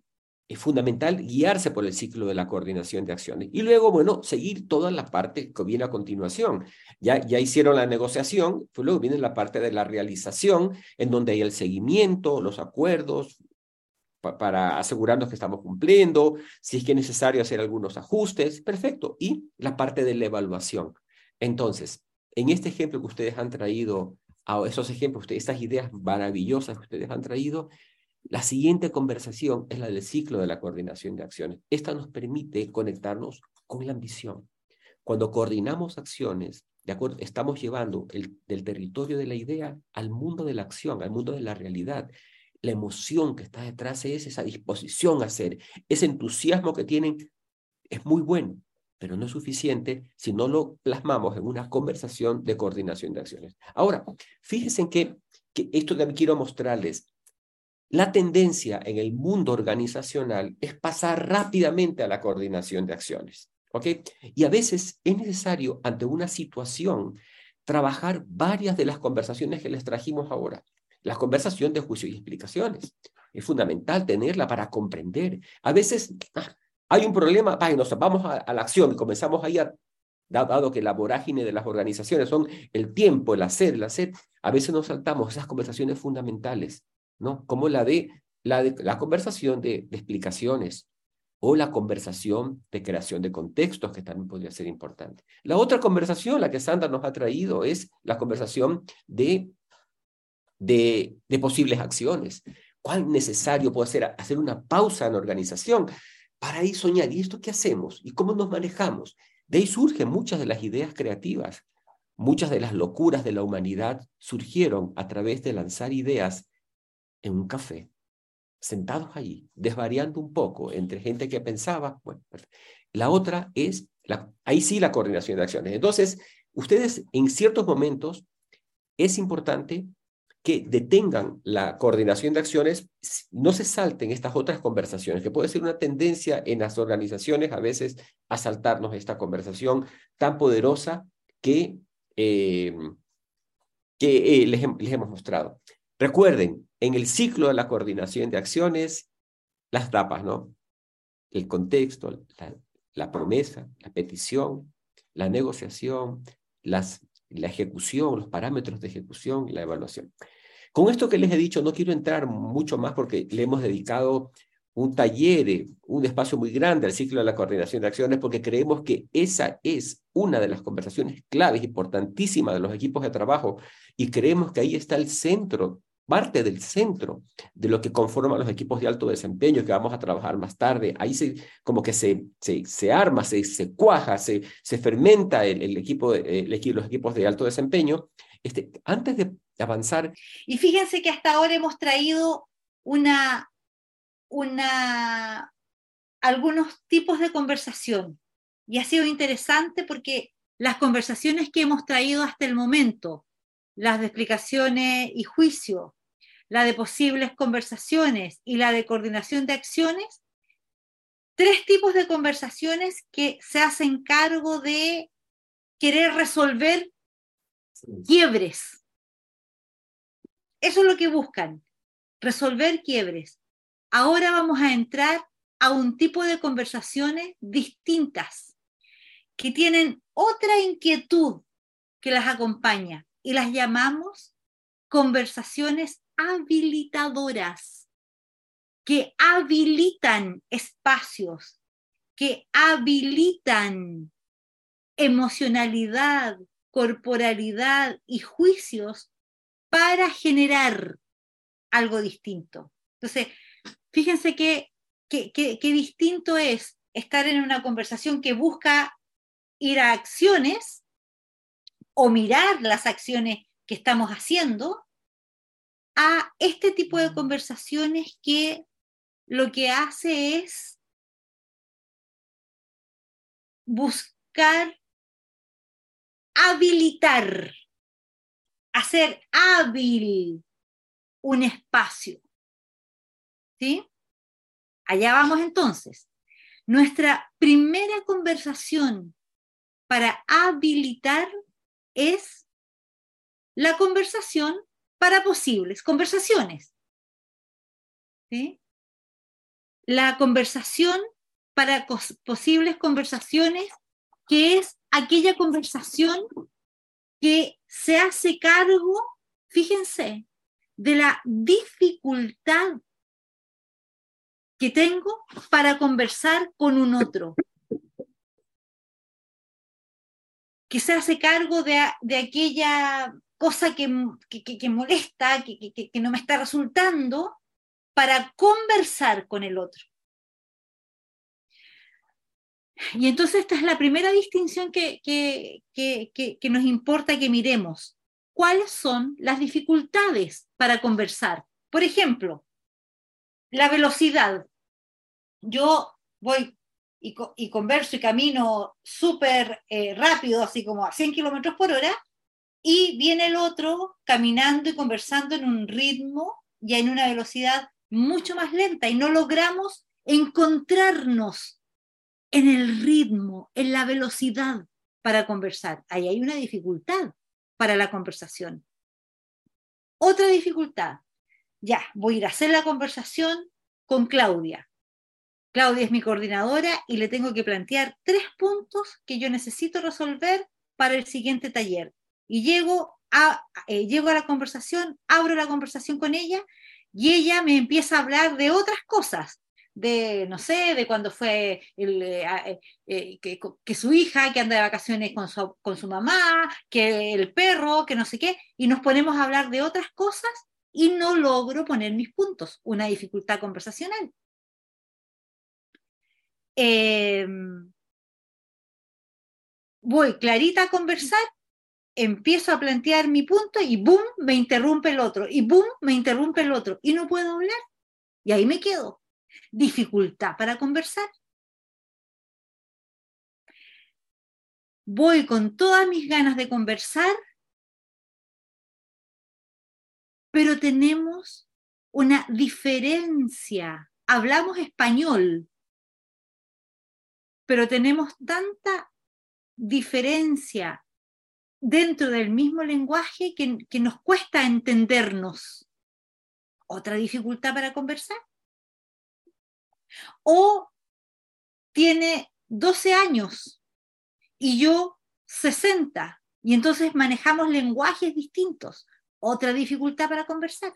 Es fundamental guiarse por el ciclo de la coordinación de acciones. Y luego, bueno, seguir toda la parte que viene a continuación. Ya hicieron la negociación, pues luego viene la parte de la realización, en donde hay el seguimiento, los acuerdos, para asegurarnos que estamos cumpliendo, si es que es necesario hacer algunos ajustes, perfecto. Y la parte de la evaluación. Entonces, en este ejemplo que ustedes han traído, a esos ejemplos, estas ideas maravillosas que ustedes han traído, la siguiente conversación es la del ciclo de la coordinación de acciones. Esta nos permite conectarnos con la ambición. Cuando coordinamos acciones, ¿de acuerdo? Estamos llevando del territorio de la idea al mundo de la acción, al mundo de la realidad. La emoción que está detrás es esa disposición a hacer, ese entusiasmo que tienen es muy bueno, pero no es suficiente si no lo plasmamos en una conversación de coordinación de acciones. Ahora, fíjense que esto que quiero mostrarles, la tendencia en el mundo organizacional es pasar rápidamente a la coordinación de acciones, ¿ok? Y a veces es necesario, ante una situación, trabajar varias de las conversaciones que les trajimos ahora. La conversación de juicio y explicaciones. Es fundamental tenerla para comprender. A veces hay un problema, vamos a la acción y comenzamos ahí dado que la vorágine de las organizaciones son el tiempo, el hacer, a veces nos saltamos esas conversaciones fundamentales, ¿no? Como la conversación de explicaciones o la conversación de creación de contextos, que también podría ser importante. La otra conversación, la que Sandra nos ha traído, es la conversación de posibles acciones. ¿Cuán necesario puede ser hacer una pausa en la organización para ir soñar? ¿Y esto qué hacemos? ¿Y cómo nos manejamos? De ahí surgen muchas de las ideas creativas. Muchas de las locuras de la humanidad surgieron a través de lanzar ideas en un café, sentados allí, desvariando un poco entre gente que pensaba. Bueno, la otra es, ahí sí, la coordinación de acciones. Entonces, ustedes en ciertos momentos es importante que detengan la coordinación de acciones, no se salten estas otras conversaciones, que puede ser una tendencia en las organizaciones a veces a saltarnos esta conversación tan poderosa que les hemos mostrado. Recuerden, en el ciclo de la coordinación de acciones, las etapas, ¿no? El contexto, la promesa, la petición, la negociación, la ejecución, los parámetros de ejecución y la evaluación. Con esto que les he dicho, no quiero entrar mucho más porque le hemos dedicado un taller, un espacio muy grande al ciclo de la coordinación de acciones, porque creemos que esa es una de las conversaciones claves, importantísimas de los equipos de trabajo, y creemos que ahí está el centro, parte del centro de lo que conforma los equipos de alto desempeño, que vamos a trabajar más tarde. Ahí como que se arma, se cuaja, se fermenta los equipos de alto desempeño. Antes de avanzar. Y fíjense que hasta ahora hemos traído algunos tipos de conversación. Y ha sido interesante porque las conversaciones que hemos traído hasta el momento, las de explicaciones y juicio, la de posibles conversaciones y la de coordinación de acciones, 3 tipos de conversaciones que se hacen cargo de querer resolver quiebres. Eso es lo que buscan, resolver quiebres. Ahora vamos a entrar a un tipo de conversaciones distintas, que tienen otra inquietud que las acompaña, y las llamamos conversaciones habilitadoras, que habilitan espacios, que habilitan emocionalidad, corporalidad y juicios para generar algo distinto. Entonces, fíjense qué distinto es estar en una conversación que busca ir a acciones o mirar las acciones que estamos haciendo, a este tipo de conversaciones que lo que hace es buscar habilitar, hacer hábil un espacio. ¿Sí? Allá vamos entonces. Nuestra primera conversación para habilitar es la conversación para posibles conversaciones. ¿Sí? la conversación para posibles conversaciones, que es aquella conversación que se hace cargo, fíjense, de la dificultad que tengo para conversar con un otro, que se hace cargo de aquella cosa que molesta, que no me está resultando, para conversar con el otro. Y entonces esta es la primera distinción que nos importa que miremos. ¿Cuáles son las dificultades para conversar? Por ejemplo, la velocidad. Yo voy y converso y camino súper rápido, así como a 100 kilómetros por hora, y viene el otro caminando y conversando en un ritmo y en una velocidad mucho más lenta, y no logramos encontrarnos en el ritmo, en la velocidad para conversar. Ahí hay una dificultad para la conversación. Otra dificultad. Ya, voy a ir a hacer la conversación con Claudia. Claudia es mi coordinadora y le tengo que plantear 3 puntos que yo necesito resolver para el siguiente taller. Y llego a la conversación, abro la conversación con ella y ella me empieza a hablar de otras cosas. De, no sé, de cuando fue que su hija, que anda de vacaciones con su mamá, que el perro, que no sé qué, y nos ponemos a hablar de otras cosas y no logro poner mis puntos. Una dificultad conversacional. Voy clarita a conversar, empiezo a plantear mi punto y ¡boom! Me interrumpe el otro, y ¡boom! Me interrumpe el otro, y no puedo hablar. Y ahí me quedo. Dificultad para conversar. Voy con todas mis ganas de conversar, pero tenemos una diferencia. Hablamos español, pero tenemos tanta diferencia dentro del mismo lenguaje que nos cuesta entendernos. Otra dificultad para conversar. O tiene 12 años y yo 60, y entonces manejamos lenguajes distintos. Otra dificultad para conversar.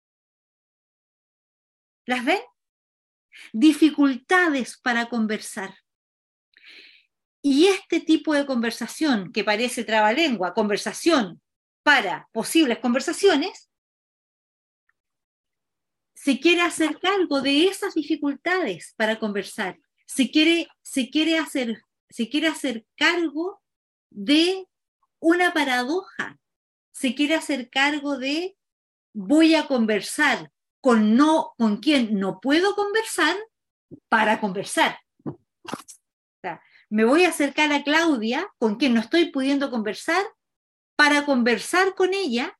¿Las ven? Dificultades para conversar. Y este tipo de conversación que parece trabalengua, conversación para posibles conversaciones, se quiere hacer cargo de esas dificultades para conversar. Se quiere hacer cargo de una paradoja. Se quiere hacer cargo de voy a conversar con quien no puedo conversar para conversar. O sea, me voy a acercar a Claudia, con quien no estoy pudiendo conversar, para conversar con ella,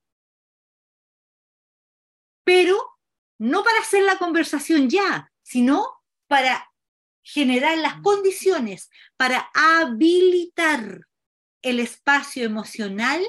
pero no para hacer la conversación ya, sino para generar las condiciones, para habilitar el espacio emocional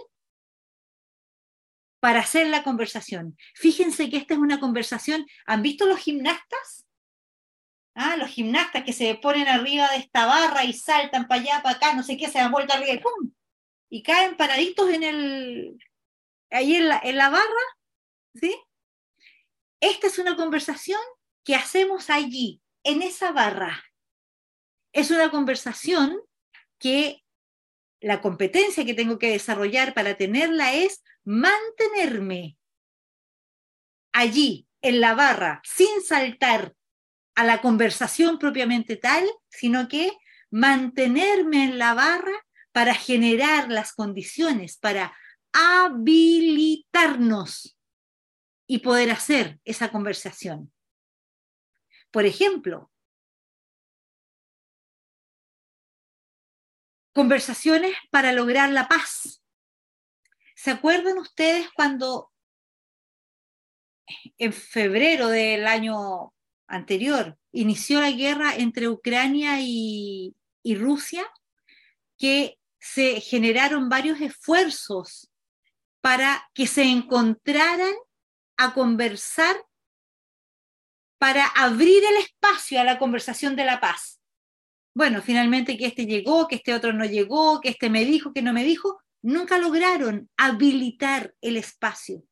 para hacer la conversación. Fíjense que esta es una conversación. ¿Han visto los gimnastas? Los gimnastas que se ponen arriba de esta barra y saltan para allá, para acá, no sé qué, se dan vuelta arriba y ¡pum! Y caen paraditos ahí en la barra, ¿sí? Esta es una conversación que hacemos allí, en esa barra. Es una conversación que la competencia que tengo que desarrollar para tenerla es mantenerme allí, en la barra, sin saltar a la conversación propiamente tal, sino que mantenerme en la barra para generar las condiciones, para habilitarnos y poder hacer esa conversación. Por ejemplo, conversaciones para lograr la paz. ¿Se acuerdan ustedes cuando en febrero del año anterior inició la guerra entre Ucrania y Rusia, que se generaron varios esfuerzos para que se encontraran a conversar para abrir el espacio a la conversación de la paz. Bueno, finalmente que este llegó, que este otro no llegó, que este me dijo, que no me dijo, nunca lograron habilitar el espacio.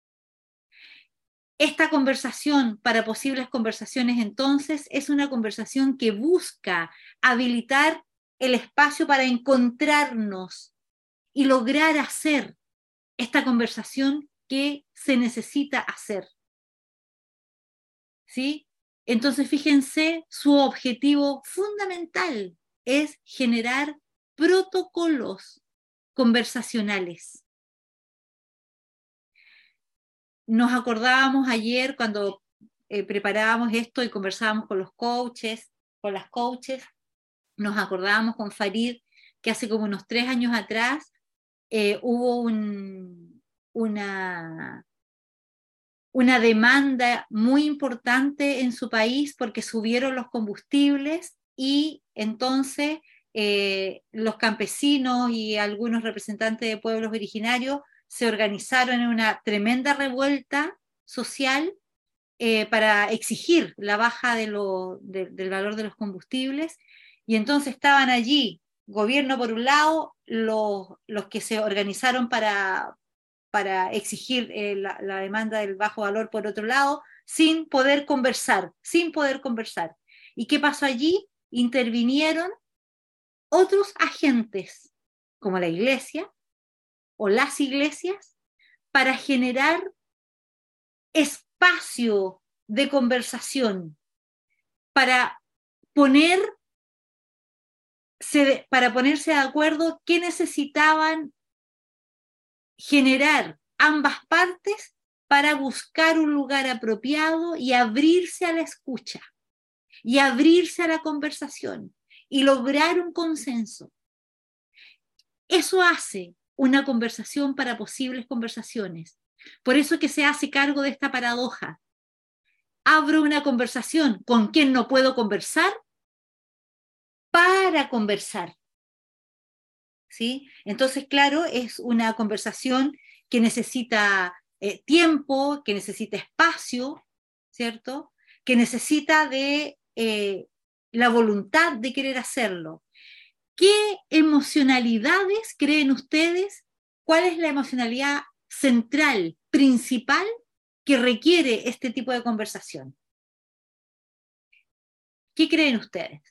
Esta conversación para posibles conversaciones entonces es una conversación que busca habilitar el espacio para encontrarnos y lograr hacer esta conversación que se necesita hacer. ¿Sí? Entonces, fíjense, su objetivo fundamental es generar protocolos conversacionales. Nos acordábamos ayer cuando preparábamos esto y conversábamos con los coaches, con las coaches, nos acordábamos con Farid que hace como unos 3 años atrás hubo una demanda muy importante en su país porque subieron los combustibles y entonces los campesinos y algunos representantes de pueblos originarios se organizaron en una tremenda revuelta social para exigir la baja del valor de los combustibles, y entonces estaban allí, gobierno por un lado, los que se organizaron para exigir la demanda del bajo valor por otro lado, sin poder conversar. ¿Y qué pasó allí? Intervinieron otros agentes, como la iglesia o las iglesias, para generar espacio de conversación, para ponerse de acuerdo qué necesitaban generar ambas partes para buscar un lugar apropiado y abrirse a la escucha, y abrirse a la conversación, y lograr un consenso. Eso hace una conversación para posibles conversaciones. Por eso que se hace cargo de esta paradoja. Abro una conversación con quien no puedo conversar para conversar. ¿Sí? Entonces, claro, es una conversación que necesita tiempo, que necesita espacio, ¿cierto? Que necesita de la voluntad de querer hacerlo. ¿Qué emocionalidades creen ustedes? ¿Cuál es la emocionalidad central, principal, que requiere este tipo de conversación? ¿Qué creen ustedes?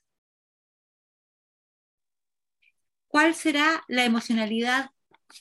¿Cuál será la emocionalidad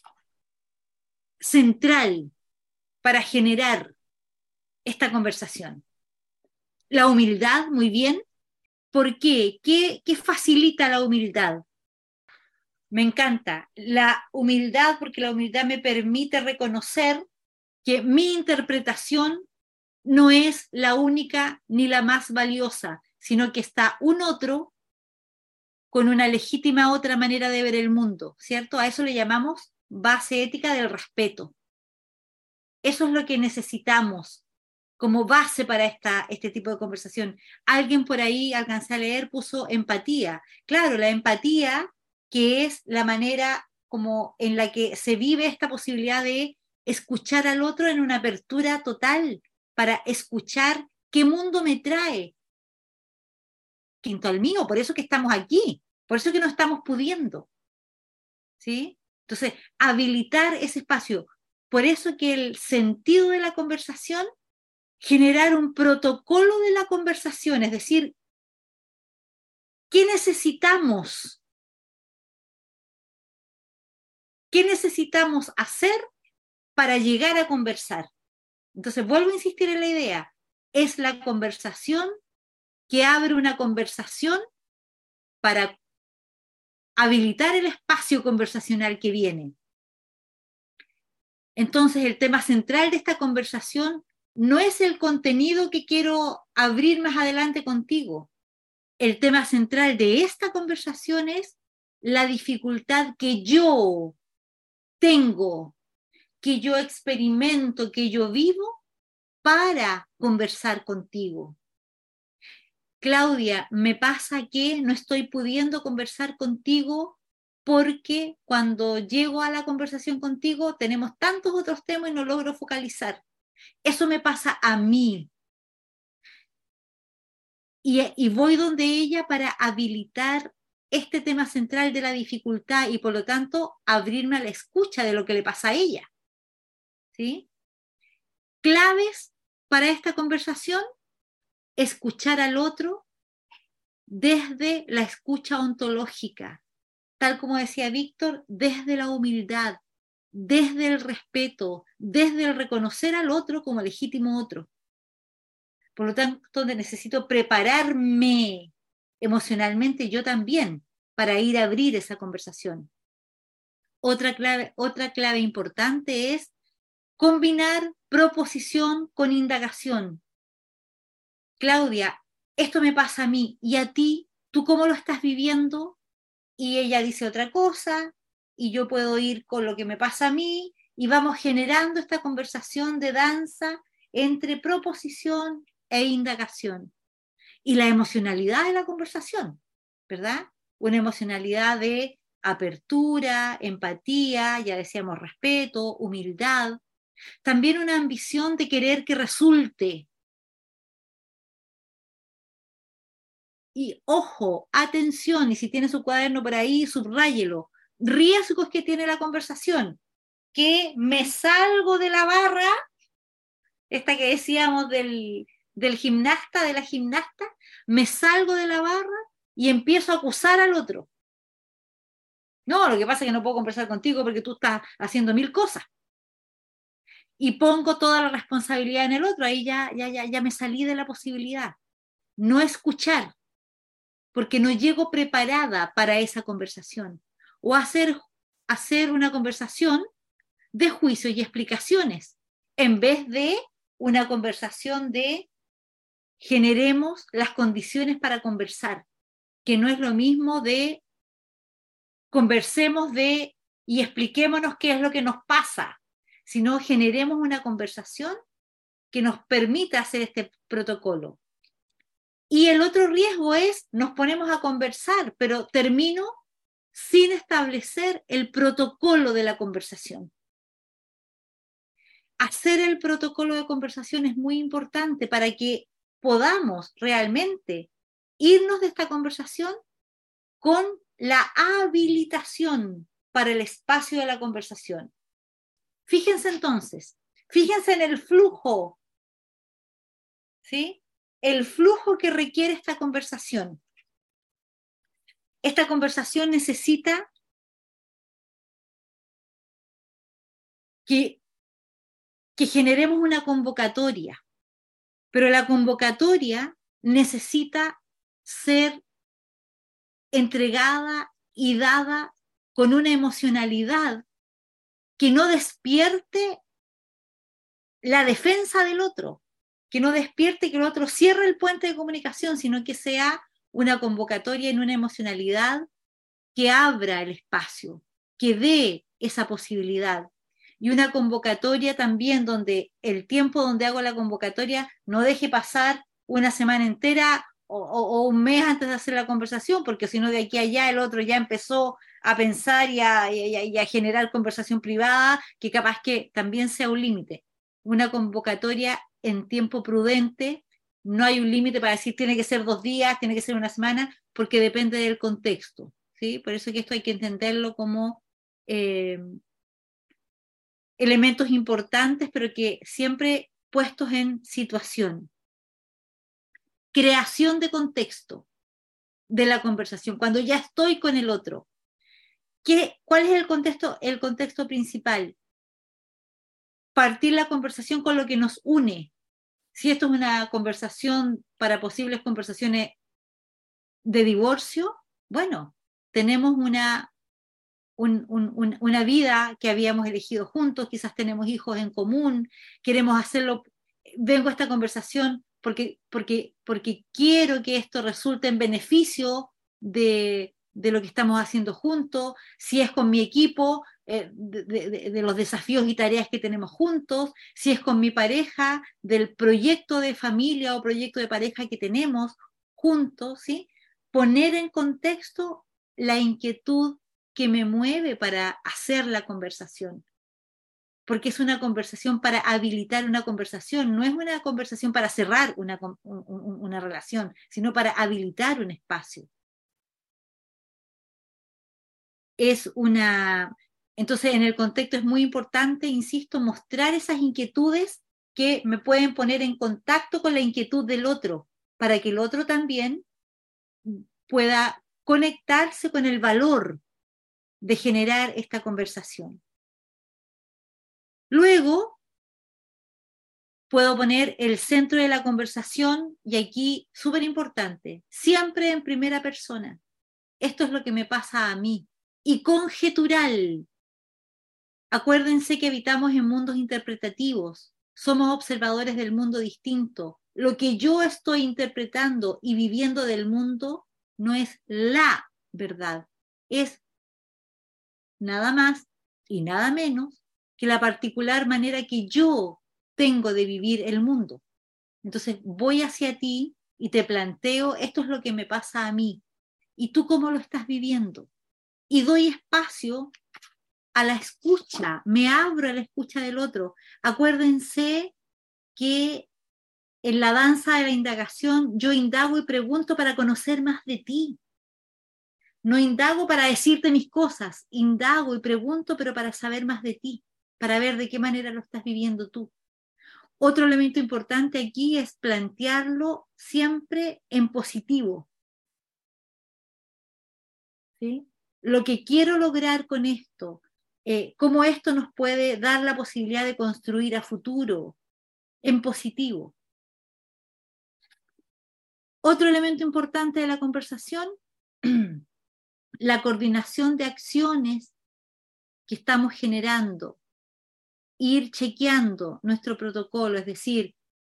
central para generar esta conversación? La humildad, muy bien. ¿Por qué? ¿Qué facilita la humildad? Me encanta la humildad, porque la humildad me permite reconocer que mi interpretación no es la única ni la más valiosa, sino que está un otro con una legítima otra manera de ver el mundo, ¿cierto? A eso le llamamos base ética del respeto. Eso es lo que necesitamos como base para este tipo de conversación. Alguien por ahí, alcancé a leer, puso empatía. Claro, la empatía, que es la manera como en la que se vive esta posibilidad de escuchar al otro en una apertura total, para escuchar qué mundo me trae, distinto al mío, por eso que estamos aquí, por eso que no estamos pudiendo. ¿Sí? Entonces, habilitar ese espacio. Por eso que el sentido de la conversación, generar un protocolo de la conversación, es decir, ¿qué necesitamos? ¿Qué necesitamos hacer para llegar a conversar? Entonces, vuelvo a insistir en la idea, es la conversación que abre una conversación para habilitar el espacio conversacional que viene. Entonces, el tema central de esta conversación no es el contenido que quiero abrir más adelante contigo. El tema central de esta conversación es la dificultad que yo tengo, que yo experimento, que yo vivo para conversar contigo. Claudia, me pasa que no estoy pudiendo conversar contigo porque cuando llego a la conversación contigo tenemos tantos otros temas y no logro focalizar. Eso me pasa a mí. y voy donde ella para habilitar este tema central de la dificultad y por lo tanto abrirme a la escucha de lo que le pasa a ella. ¿Sí? Claves para esta conversación: escuchar al otro desde la escucha ontológica, tal como decía Víctor, desde la humildad, desde el respeto, desde el reconocer al otro como legítimo otro. Por lo tanto, necesito prepararme emocionalmente yo también para ir a abrir esa conversación. Otra clave importante es combinar proposición con indagación. Claudia, esto me pasa a mí, ¿y a ti? ¿Tú cómo lo estás viviendo? Y ella dice otra cosa, y yo puedo ir con lo que me pasa a mí, y vamos generando esta conversación de danza entre proposición e indagación. Y la emocionalidad de la conversación, ¿verdad? Una emocionalidad de apertura, empatía, ya decíamos respeto, humildad. También una ambición de querer que resulte. Y ojo, atención, y si tiene su cuaderno por ahí, subráyelo. Riesgos que tiene la conversación. Que me salgo de la barra, esta que decíamos del gimnasta, de la gimnasta, me salgo de la barra y empiezo a acusar al otro. No, lo que pasa es que no puedo conversar contigo porque tú estás haciendo 1000 cosas. Y pongo toda la responsabilidad en el otro, ahí ya me salí de la posibilidad. No escuchar, porque no llego preparada para esa conversación. O hacer una conversación de juicio y explicaciones, en vez de una conversación de generemos las condiciones para conversar, que no es lo mismo de conversemos y expliquémonos qué es lo que nos pasa, sino generemos una conversación que nos permita hacer este protocolo. Y el otro riesgo es, nos ponemos a conversar, pero termino sin establecer el protocolo de la conversación. Hacer el protocolo de conversación es muy importante para que podamos realmente irnos de esta conversación con la habilitación para el espacio de la conversación. Fíjense entonces, fíjense en el flujo, ¿sí? El flujo que requiere esta conversación. Esta conversación necesita que generemos una convocatoria, pero la convocatoria necesita ser entregada y dada con una emocionalidad que no despierte la defensa del otro, que no despierte que el otro cierre el puente de comunicación, sino que sea una convocatoria en una emocionalidad que abra el espacio, que dé esa posibilidad. Y una convocatoria también donde el tiempo donde hago la convocatoria no deje pasar una semana entera o un mes antes de hacer la conversación, porque si no de aquí a allá el otro ya empezó a pensar y a generar conversación privada, que capaz que también sea un límite. Una convocatoria en tiempo prudente, no hay un límite para decir tiene que ser 2 días, tiene que ser una semana, porque depende del contexto, ¿sí? Por eso que esto hay que entenderlo como elementos importantes, pero que siempre puestos en situación. Creación de contexto de la conversación, cuando ya estoy con el otro. ¿Cuál es el contexto? El contexto principal. Partir la conversación con lo que nos une. Si esto es una conversación para posibles conversaciones de divorcio, bueno, tenemos una vida que habíamos elegido juntos, quizás tenemos hijos en común, queremos hacerlo, vengo a esta conversación porque quiero que esto resulte en beneficio de lo que estamos haciendo juntos, si es con mi equipo, de los desafíos y tareas que tenemos juntos, si es con mi pareja, del proyecto de familia o proyecto de pareja que tenemos juntos, ¿sí? Poner en contexto la inquietud que me mueve para hacer la conversación. porque es una conversación para habilitar una conversación, no es una conversación para cerrar una relación, sino para habilitar un espacio. Entonces, en el contexto es muy importante, insisto, mostrar esas inquietudes que me pueden poner en contacto con la inquietud del otro, para que el otro también pueda conectarse con el valor de generar esta conversación. Luego, puedo poner el centro de la conversación, y aquí, súper importante, siempre en primera persona. Esto es lo que me pasa a mí. Y conjetural. Acuérdense que habitamos en mundos interpretativos. Somos observadores del mundo distinto. Lo que yo estoy interpretando y viviendo del mundo no es la verdad. Es nada más y nada menos que la particular manera que yo tengo de vivir el mundo. Entonces voy hacia ti y te planteo, esto es lo que me pasa a mí. ¿Y tú cómo lo estás viviendo? Y doy espacio a la escucha, me abro a la escucha del otro. Acuérdense que en la danza de la indagación yo indago y pregunto para conocer más de ti. No indago para decirte mis cosas, indago y pregunto, pero para saber más de ti, para ver de qué manera lo estás viviendo tú. Otro elemento importante aquí es plantearlo siempre en positivo. ¿Sí? Lo que quiero lograr con esto, cómo esto nos puede dar la posibilidad de construir a futuro en positivo. Otro elemento importante de la conversación, la coordinación de acciones que estamos generando, ir chequeando nuestro protocolo, es decir,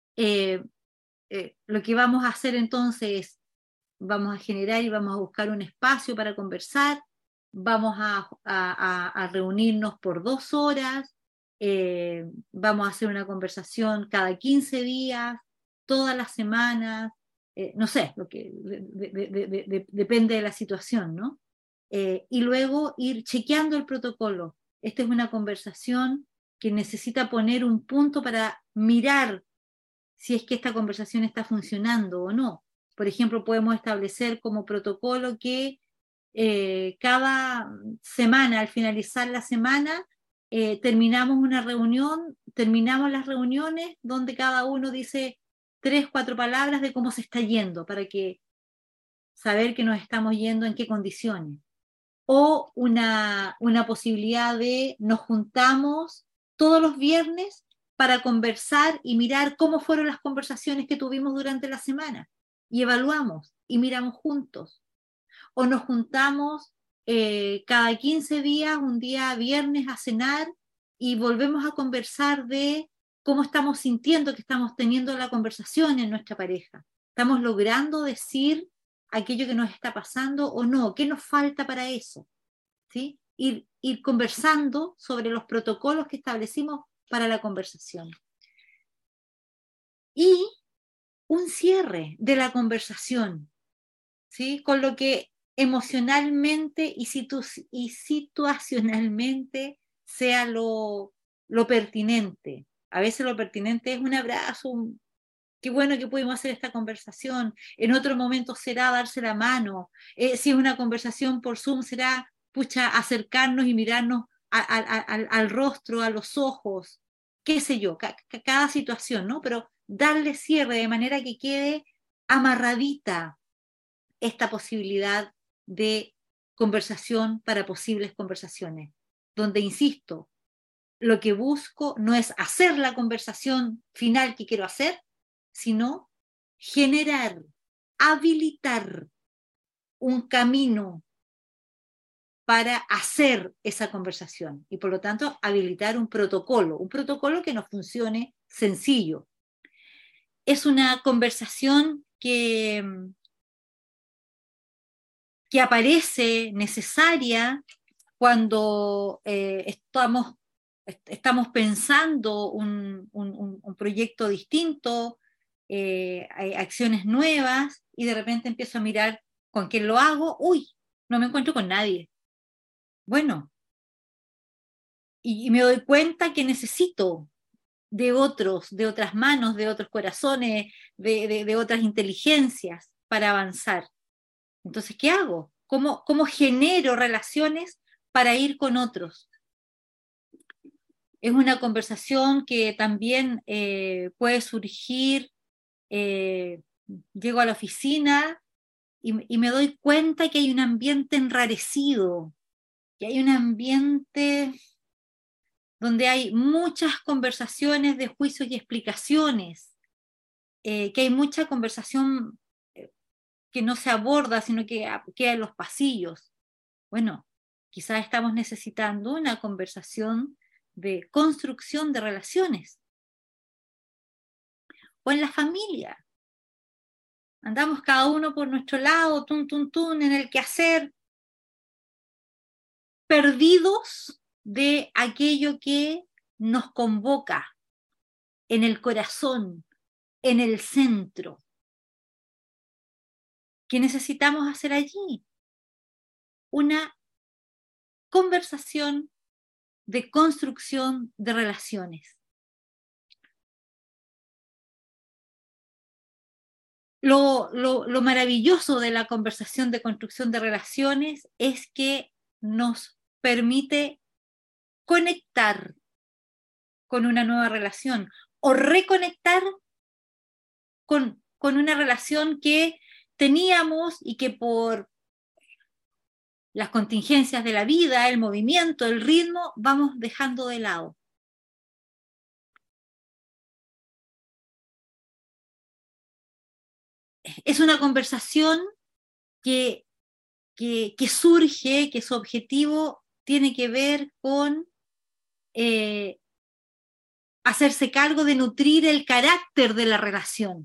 lo que vamos a hacer entonces es, vamos a generar y vamos a buscar un espacio para conversar, vamos a reunirnos por 2 horas, vamos a hacer una conversación cada 15 días, todas las semanas, no sé, depende de la situación, ¿no? Y luego ir chequeando el protocolo. Esta es una conversación que necesita poner un punto para mirar si es que esta conversación está funcionando o no. Por ejemplo, podemos establecer como protocolo que cada semana, al finalizar la semana, terminamos las reuniones donde cada uno dice 3, 4 palabras de cómo se está yendo, para que saber que nos estamos yendo en qué condiciones. O una posibilidad de nos juntamos todos los viernes para conversar y mirar cómo fueron las conversaciones que tuvimos durante la semana. Y evaluamos y miramos juntos. O nos juntamos cada 15 días, un día viernes a cenar y volvemos a conversar de cómo estamos sintiendo que estamos teniendo la conversación en nuestra pareja. ¿Estamos logrando decir aquello que nos está pasando o no? ¿Qué nos falta para eso? ¿Sí? Ir conversando sobre los protocolos que establecimos para la conversación. Y un cierre de la conversación, ¿sí? Con lo que emocionalmente y situacionalmente sea lo pertinente. A veces lo pertinente es un abrazo, qué bueno que pudimos hacer esta conversación. En otro momento será darse la mano. Si es una conversación por Zoom, será acercarnos y mirarnos al rostro, a los ojos, qué sé yo, cada situación, ¿no? Pero darle cierre de manera que quede amarradita esta posibilidad de conversación para posibles conversaciones, donde, insisto, lo que busco no es hacer la conversación final que quiero hacer, sino generar, habilitar un camino para hacer esa conversación y por lo tanto habilitar un protocolo que nos funcione sencillo. Es una conversación que aparece necesaria cuando estamos pensando un proyecto distinto, hay acciones nuevas y de repente empiezo a mirar con quién lo hago, uy, no me encuentro con nadie. Bueno, y me doy cuenta que necesito de otros, de otras manos, de otros corazones, de otras inteligencias para avanzar. Entonces, ¿qué hago? ¿Cómo genero relaciones para ir con otros? Es una conversación que también puede surgir. Llego a la oficina y me doy cuenta que hay un ambiente enrarecido, que hay un ambiente donde hay muchas conversaciones de juicios y explicaciones, que hay mucha conversación que no se aborda, sino que queda en los pasillos. Bueno, quizás estamos necesitando una conversación de construcción de relaciones. O en la familia. Andamos cada uno por nuestro lado, en el quehacer, perdidos de aquello que nos convoca en el corazón, en el centro. ¿Qué necesitamos hacer allí? Una conversación de construcción de relaciones. Lo maravilloso de la conversación de construcción de relaciones es que nos permite conectar con una nueva relación o reconectar con una relación que teníamos y que por las contingencias de la vida, el movimiento, el ritmo, vamos dejando de lado. Es una conversación que surge, que su objetivo tiene que ver con hacerse cargo de nutrir el carácter de la relación.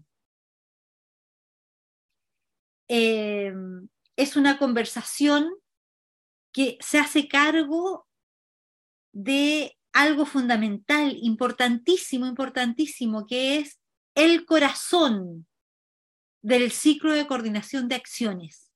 Es una conversación que se hace cargo de algo fundamental, importantísimo, que es el corazón del ciclo de coordinación de acciones.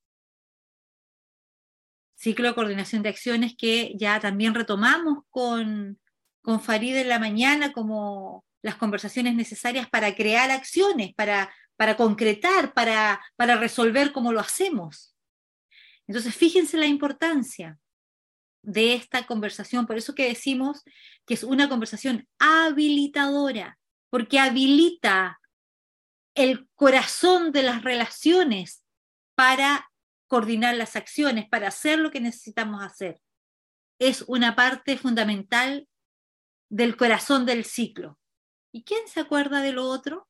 Ciclo de coordinación de acciones que ya también retomamos con Farid en la mañana como las conversaciones necesarias para crear acciones, para concretar, para resolver cómo lo hacemos. Entonces, fíjense la importancia de esta conversación, por eso que decimos que es una conversación habilitadora, porque habilita el corazón de las relaciones para coordinar las acciones, para hacer lo que necesitamos hacer. Es una parte fundamental del corazón del ciclo. ¿Y quién se acuerda de lo otro?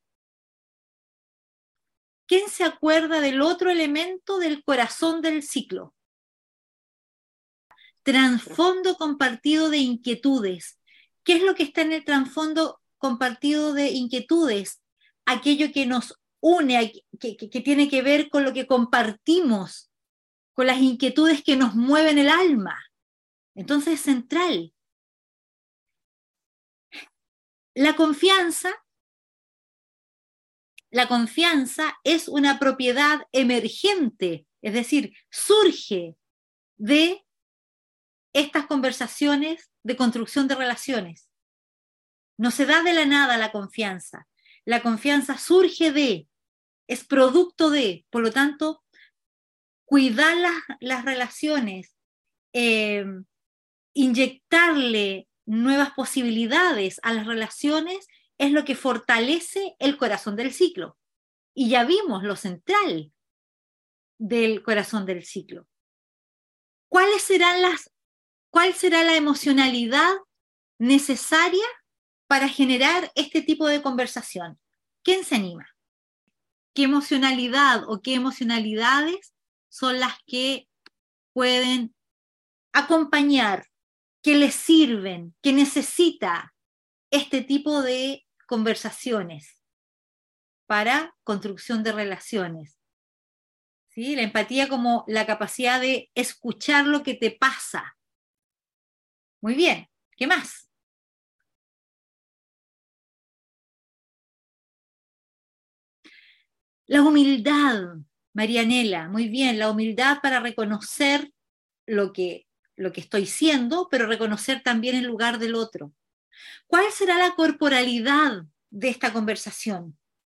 ¿Quién se acuerda del otro elemento del corazón del ciclo? Trasfondo compartido de inquietudes. ¿Qué es lo que está en el trasfondo compartido de inquietudes? Aquello que nos une, que tiene que ver con lo que compartimos, con las inquietudes que nos mueven el alma. Entonces es central. La confianza es una propiedad emergente, es decir, surge de estas conversaciones de construcción de relaciones. No se da de la nada la confianza. La confianza surge de, es producto de, por lo tanto, cuidar las relaciones, inyectarle nuevas posibilidades a las relaciones es lo que fortalece el corazón del ciclo. Y ya vimos lo central del corazón del ciclo. ¿Cuál será la emocionalidad necesaria para generar este tipo de conversación? ¿Quién se anima? ¿Qué emocionalidad o qué emocionalidades son las que pueden acompañar, que les sirven, que necesita este tipo de conversaciones para construcción de relaciones? ¿Sí? La empatía como la capacidad de escuchar lo que te pasa. Muy bien, ¿qué más? La humildad, Marianela, muy bien, la humildad para reconocer lo que lo que estoy siendo, pero reconocer también el lugar del otro. ¿Cuál será la corporalidad de esta conversación?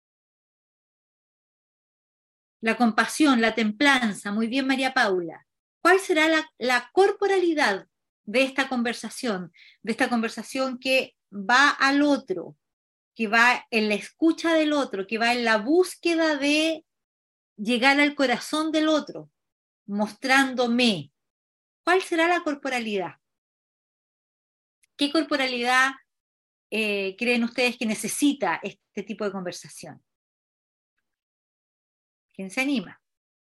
La compasión, la templanza, muy bien María Paula. ¿Cuál será la corporalidad de esta conversación que va al otro, que va en la escucha del otro, que va en la búsqueda de llegar al corazón del otro, mostrándome? ¿Cuál será la corporalidad? ¿Qué corporalidad creen ustedes que necesita este tipo de conversación? ¿Quién se anima?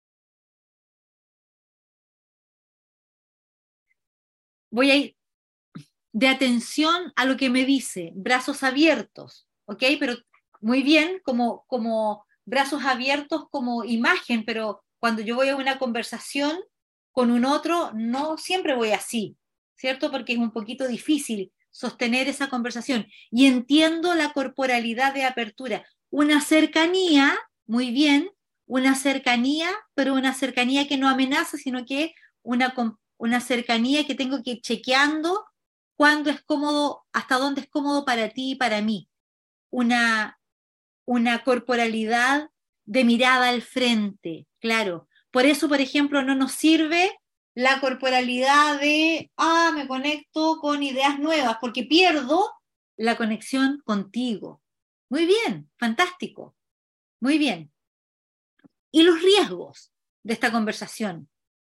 Voy a ir de atención a lo que me dice, brazos abiertos, ¿ok? Pero muy bien, como brazos abiertos como imagen, pero cuando yo voy a una conversación con un otro, no siempre voy así, ¿cierto? Porque es un poquito difícil sostener esa conversación. Y entiendo la corporalidad de apertura, una cercanía, muy bien, una cercanía, pero una cercanía que no amenaza, sino que una cercanía que tengo que ir chequeando cuándo es cómodo, hasta dónde es cómodo para ti y para mí. Una corporalidad de mirada al frente, claro. Por eso, por ejemplo, no nos sirve la corporalidad de, me conecto con ideas nuevas, porque pierdo la conexión contigo. Muy bien, fantástico, muy bien. Y los riesgos de esta conversación.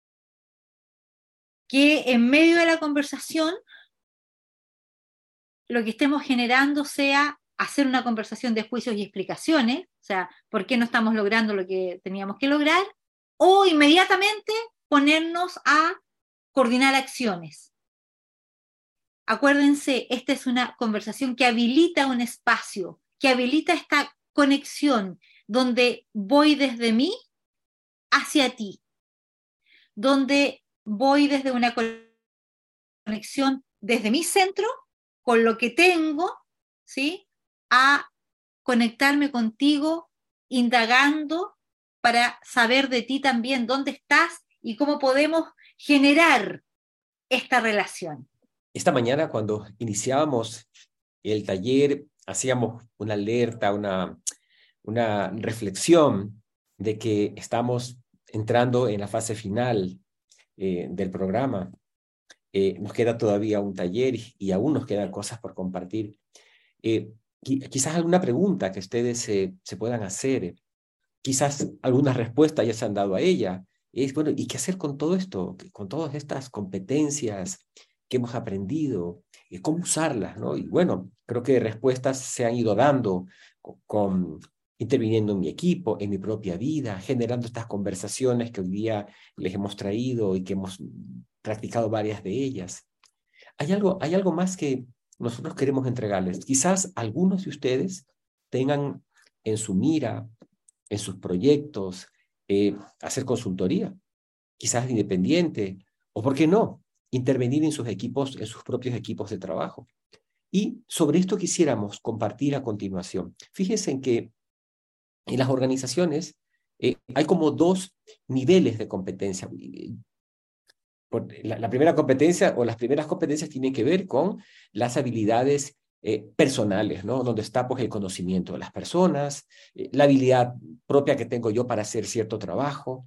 Que en medio de la conversación lo que estemos generando sea hacer una conversación de juicios y explicaciones, o sea, por qué no estamos logrando lo que teníamos que lograr, o inmediatamente ponernos a coordinar acciones. Acuérdense, esta es una conversación que habilita un espacio, que habilita esta conexión, donde voy desde mí hacia ti, donde voy desde una conexión desde mi centro, con lo que tengo, ¿sí? A conectarme contigo, indagando para saber de ti también dónde estás y cómo podemos generar esta relación. Esta mañana, cuando iniciábamos el taller, hacíamos una alerta, una reflexión de que estamos entrando en la fase final del programa. Nos queda todavía un taller y aún nos quedan cosas por compartir. Quizás alguna pregunta que ustedes se puedan hacer, quizás algunas respuestas ya se han dado a ella. Bueno, ¿y qué hacer con todo esto? Con todas estas competencias que hemos aprendido, cómo usarlas, ¿no? Y bueno, creo que respuestas se han ido dando interviniendo en mi equipo, en mi propia vida, generando estas conversaciones que hoy día les hemos traído y que hemos practicado varias de ellas. Hay algo más que nosotros queremos entregarles. Quizás algunos de ustedes tengan en su mira, en sus proyectos, hacer consultoría, quizás independiente, o por qué no, intervenir en sus equipos, en sus propios equipos de trabajo. Y sobre esto quisiéramos compartir a continuación. Fíjense en que en las organizaciones hay como dos niveles de competencia. La primera competencia o las primeras competencias tienen que ver con las habilidades personales, ¿no? Donde está pues el conocimiento de las personas, la habilidad propia que tengo yo para hacer cierto trabajo,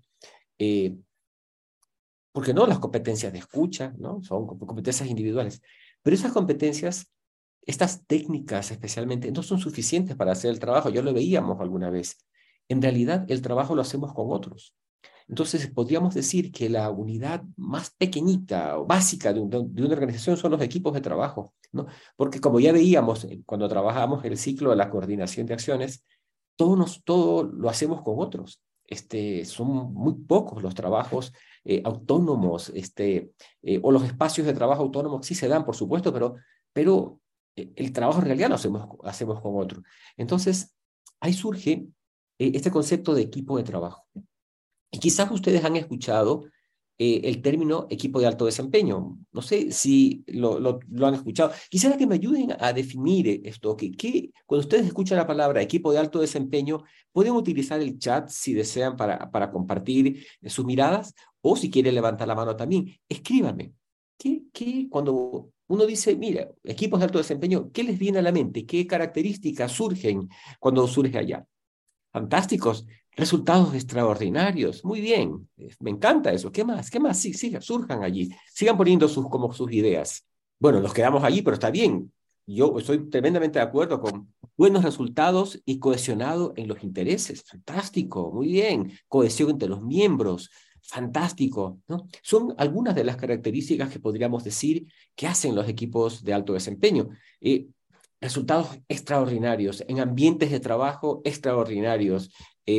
porque no las competencias de escucha, ¿no? Son competencias individuales. Pero esas competencias, estas técnicas especialmente, no son suficientes para hacer el trabajo. Ya lo veíamos alguna vez. En realidad, el trabajo lo hacemos con otros. Entonces, podríamos decir que la unidad más pequeña o básica de una organización son los equipos de trabajo, ¿no? Porque como ya veíamos cuando trabajamos el ciclo de la coordinación de acciones, todo lo hacemos con otros. Son muy pocos los trabajos autónomos, o los espacios de trabajo autónomos sí se dan, por supuesto, pero el trabajo en realidad lo hacemos con otros. Entonces, ahí surge este concepto de equipo de trabajo. Y quizás ustedes han escuchado el término equipo de alto desempeño. No sé si lo han escuchado. Quisiera que me ayuden a definir esto. Cuando ustedes escuchan la palabra equipo de alto desempeño, pueden utilizar el chat si desean para compartir sus miradas, o si quieren levantar la mano también. Escríbanme. Cuando uno dice, mira, equipos de alto desempeño, ¿qué les viene a la mente? ¿Qué características surgen cuando surge allá? Fantásticos, resultados extraordinarios, muy bien, me encanta eso. ¿Qué más? ¿Qué más? Sí, surjan allí, sigan poniendo sus ideas. Bueno, nos quedamos allí, pero está bien. Yo estoy tremendamente de acuerdo con buenos resultados y cohesionado en los intereses. Fantástico, muy bien. Cohesión entre los miembros. Fantástico, ¿no? Son algunas de las características que podríamos decir que hacen los equipos de alto desempeño. Resultados extraordinarios, en ambientes de trabajo extraordinarios,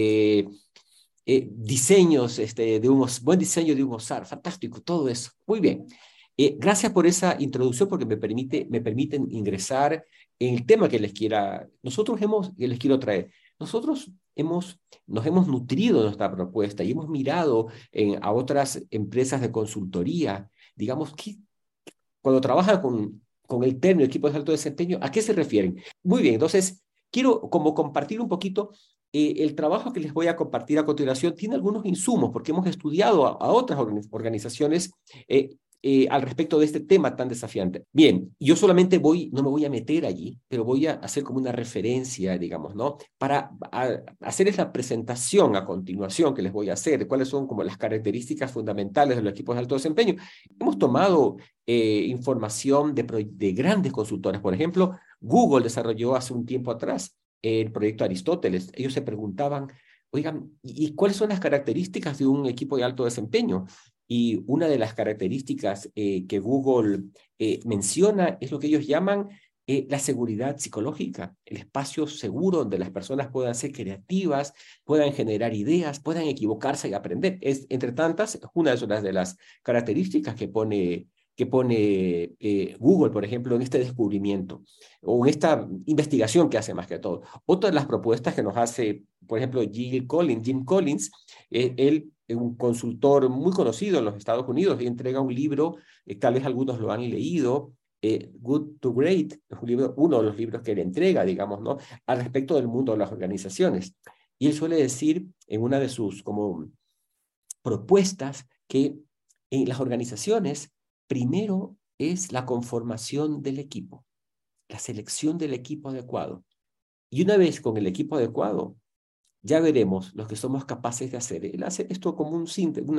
diseños buen diseño de un OSAR, fantástico, todo eso, muy bien. Gracias por esa introducción porque me permiten ingresar en el tema que les quiero traer. Nosotros nos hemos nutrido de nuestra propuesta y hemos mirado a otras empresas de consultoría, digamos, que cuando trabajan con el término equipos de alto desempeño, ¿a qué se refieren? Muy bien, entonces quiero como compartir un poquito el trabajo que les voy a compartir a continuación. Tiene algunos insumos porque hemos estudiado a otras organizaciones al respecto de este tema tan desafiante. Bien, yo solamente no me voy a meter allí, pero voy a hacer como una referencia, digamos, ¿no? Para hacerles la presentación a continuación que les voy a hacer, de cuáles son como las características fundamentales de los equipos de alto desempeño. Hemos tomado información de grandes consultores. Por ejemplo, Google desarrolló hace un tiempo atrás el proyecto Aristóteles. Ellos se preguntaban, oigan, ¿y cuáles son las características de un equipo de alto desempeño? Y una de las características que Google menciona es lo que ellos llaman la seguridad psicológica, el espacio seguro donde las personas puedan ser creativas, puedan generar ideas, puedan equivocarse y aprender. Entre tantas, una de las características que pone Google, por ejemplo, en este descubrimiento o en esta investigación que hace más que todo. Otra de las propuestas que nos hace, por ejemplo, Jim Collins, él es un consultor muy conocido en los Estados Unidos y entrega un libro, tal vez algunos lo han leído, Good to Great, es uno de los libros que él entrega, digamos, ¿no? Al respecto del mundo de las organizaciones. Y él suele decir en una de sus como propuestas que en las organizaciones primero es la conformación del equipo, la selección del equipo adecuado. Y una vez con el equipo adecuado, ya veremos lo que somos capaces de hacer. Él hace esto como un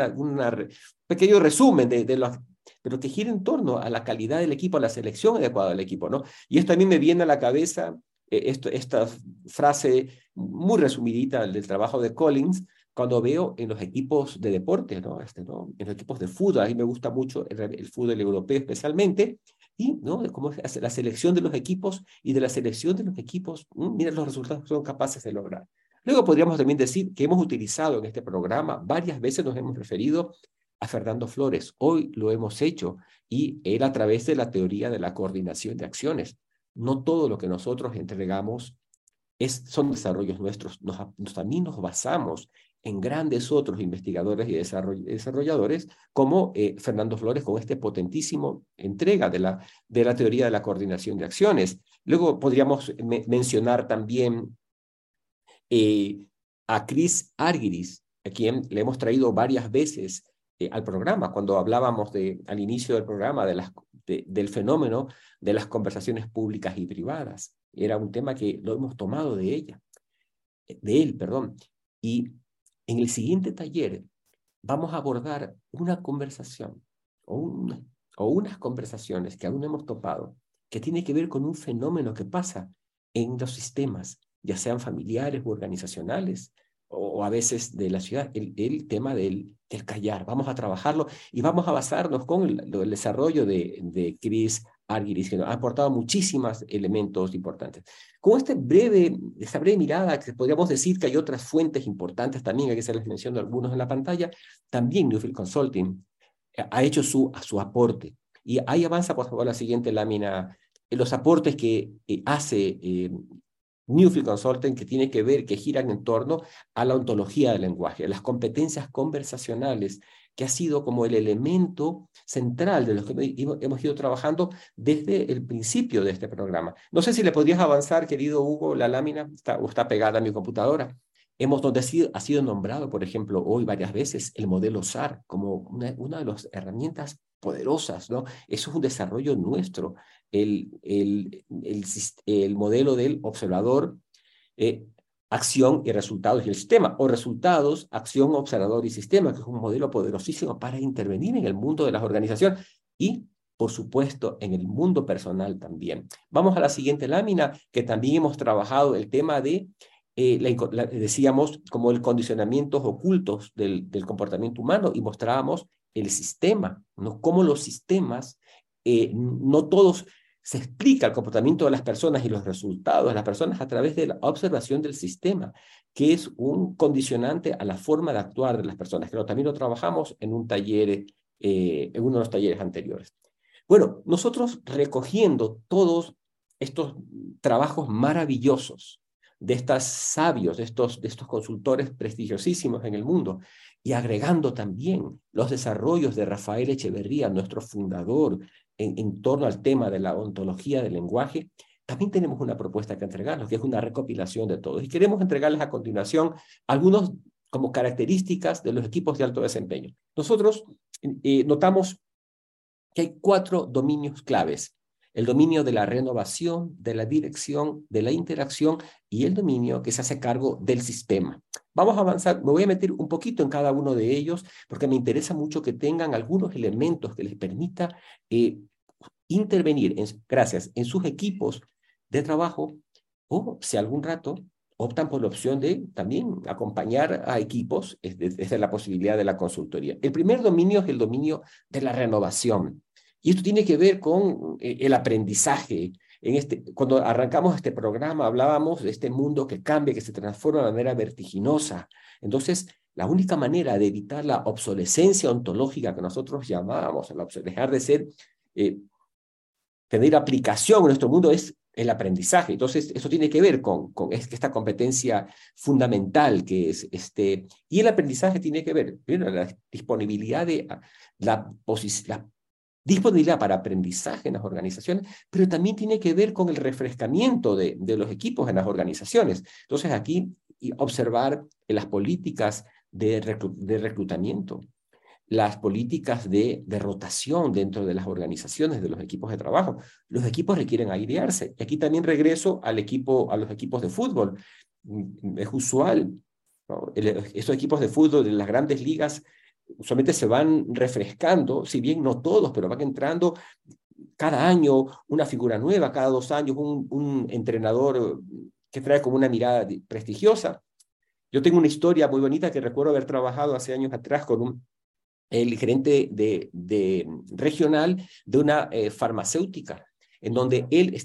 pequeño resumen de lo que gira en torno a la calidad del equipo, a la selección adecuada del equipo, ¿no? Y esto a mí me viene a la cabeza esta frase muy resumidita del trabajo de Collins, cuando veo en los equipos de deporte, ¿no? En los equipos de fútbol, a mí me gusta mucho el fútbol europeo especialmente, y ¿no? De cómo hace la selección de los equipos y de la selección de los equipos, mira los resultados que son capaces de lograr. Luego podríamos también decir que hemos utilizado en este programa, varias veces nos hemos referido a Fernando Flores. Hoy lo hemos hecho y él a través de la teoría de la coordinación de acciones. No todo lo que nosotros entregamos son desarrollos nuestros. También nos basamos en grandes otros investigadores y desarrolladores como Fernando Flores con este potentísimo entrega de la teoría de la coordinación de acciones. Luego podríamos mencionar también a Chris Argyris, a quien le hemos traído varias veces al programa, cuando hablábamos al inicio del programa del fenómeno de las conversaciones públicas y privadas. Era un tema que lo hemos tomado de él, perdón. Y en el siguiente taller vamos a abordar una conversación o unas conversaciones que aún no hemos topado, que tiene que ver con un fenómeno que pasa en los sistemas, ya sean familiares u organizacionales, o a veces de la ciudad, el tema del callar. Vamos a trabajarlo y vamos a basarnos con el desarrollo de Chris Argyris, que nos ha aportado muchísimos elementos importantes. Con esta breve mirada, que podríamos decir que hay otras fuentes importantes también, aquí se les menciono algunos en la pantalla, también Newfield Consulting ha hecho su aporte. Y ahí avanza, por favor, la siguiente lámina, los aportes que hace Newfield Consulting, que giran en torno a la ontología del lenguaje, a las competencias conversacionales, que ha sido como el elemento central de los que hemos ido trabajando desde el principio de este programa. No sé si le podrías avanzar, querido Hugo, la lámina, está pegada a mi computadora. Donde ha sido nombrado, por ejemplo, hoy varias veces el modelo SAR como una de las herramientas poderosas, ¿no? Eso es un desarrollo nuestro. El modelo del observador, acción y resultados y el sistema, o resultados, acción, observador y sistema, que es un modelo poderosísimo para intervenir en el mundo de las organizaciones y, por supuesto, en el mundo personal también. Vamos a la siguiente lámina, que también hemos trabajado el tema de, decíamos, como el condicionamientos ocultos del comportamiento humano, y mostrábamos el sistema, ¿no? Cómo los sistemas, no todos se explica el comportamiento de las personas y los resultados de las personas a través de la observación del sistema, que es un condicionante a la forma de actuar de las personas, que también lo trabajamos en un taller, en uno de los talleres anteriores. Bueno, nosotros recogiendo todos estos trabajos maravillosos de estos sabios, de estos consultores prestigiosísimos en el mundo, y agregando también los desarrollos de Rafael Echeverría, nuestro fundador, en torno al tema de la ontología del lenguaje, también tenemos una propuesta que entregarles, que es una recopilación de todos. Y queremos entregarles a continuación algunos como características de los equipos de alto desempeño. Nosotros notamos que hay 4 dominios claves: el dominio de la renovación, de la dirección, de la interacción y el dominio que se hace cargo del sistema. Vamos a avanzar, me voy a meter un poquito en cada uno de ellos porque me interesa mucho que tengan algunos elementos que les permita intervenir, gracias, en sus equipos de trabajo, o si algún rato optan por la opción de también acompañar a equipos desde la posibilidad de la consultoría. El primer dominio es el dominio de la renovación. Y esto tiene que ver con el aprendizaje. Cuando arrancamos este programa hablábamos de este mundo que cambia, que se transforma de manera vertiginosa. Entonces, la única manera de evitar la obsolescencia ontológica que nosotros llamábamos, dejar de ser, tener aplicación en nuestro mundo, es el aprendizaje. Entonces, eso tiene que ver con esta competencia fundamental que es y el aprendizaje tiene que ver con la disponibilidad la disponibilidad para aprendizaje en las organizaciones, pero también tiene que ver con el refrescamiento de los equipos en las organizaciones. Entonces, aquí observar las políticas de reclutamiento, las políticas de rotación dentro de las organizaciones, de los equipos de trabajo. Los equipos requieren airearse. Aquí también regreso a los equipos de fútbol. Es usual, ¿no? Estos equipos de fútbol de las grandes ligas usualmente se van refrescando, si bien no todos, pero van entrando cada año una figura nueva, cada 2 años un entrenador que trae como una mirada prestigiosa. Yo tengo una historia muy bonita que recuerdo haber trabajado hace años atrás con el gerente regional de una farmacéutica, en donde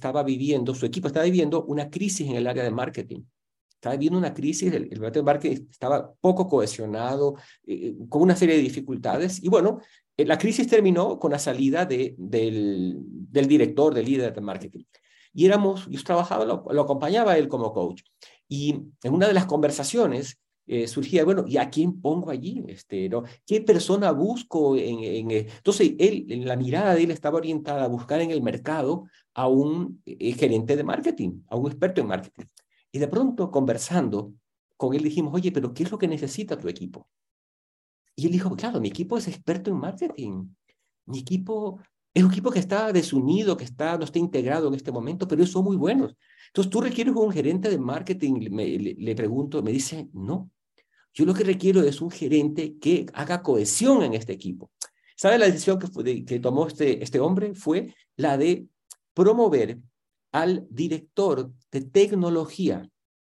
su equipo estaba viviendo una crisis en el área de marketing. Estaba viviendo una crisis, el marketing estaba poco cohesionado, con una serie de dificultades, y bueno, la crisis terminó con la salida del director, del líder de marketing. Y yo trabajaba, lo acompañaba a él como coach. Y en una de las conversaciones surgía, bueno, ¿y a quién pongo allí? ¿No? ¿Qué persona busco? Entonces, la mirada de él estaba orientada a buscar en el mercado a un gerente de marketing, a un experto en marketing. Y de pronto, conversando con él, dijimos, oye, pero ¿qué es lo que necesita tu equipo? Y él dijo, claro, mi equipo es experto en marketing. Mi equipo es un equipo que está desunido, que no está integrado en este momento, pero ellos son muy buenos. Entonces, ¿tú requieres un gerente de marketing? Le pregunto, me dice, no. Yo lo que requiero es un gerente que haga cohesión en este equipo. ¿Sabe la decisión que tomó este hombre? Fue la de promover al director de tecnología.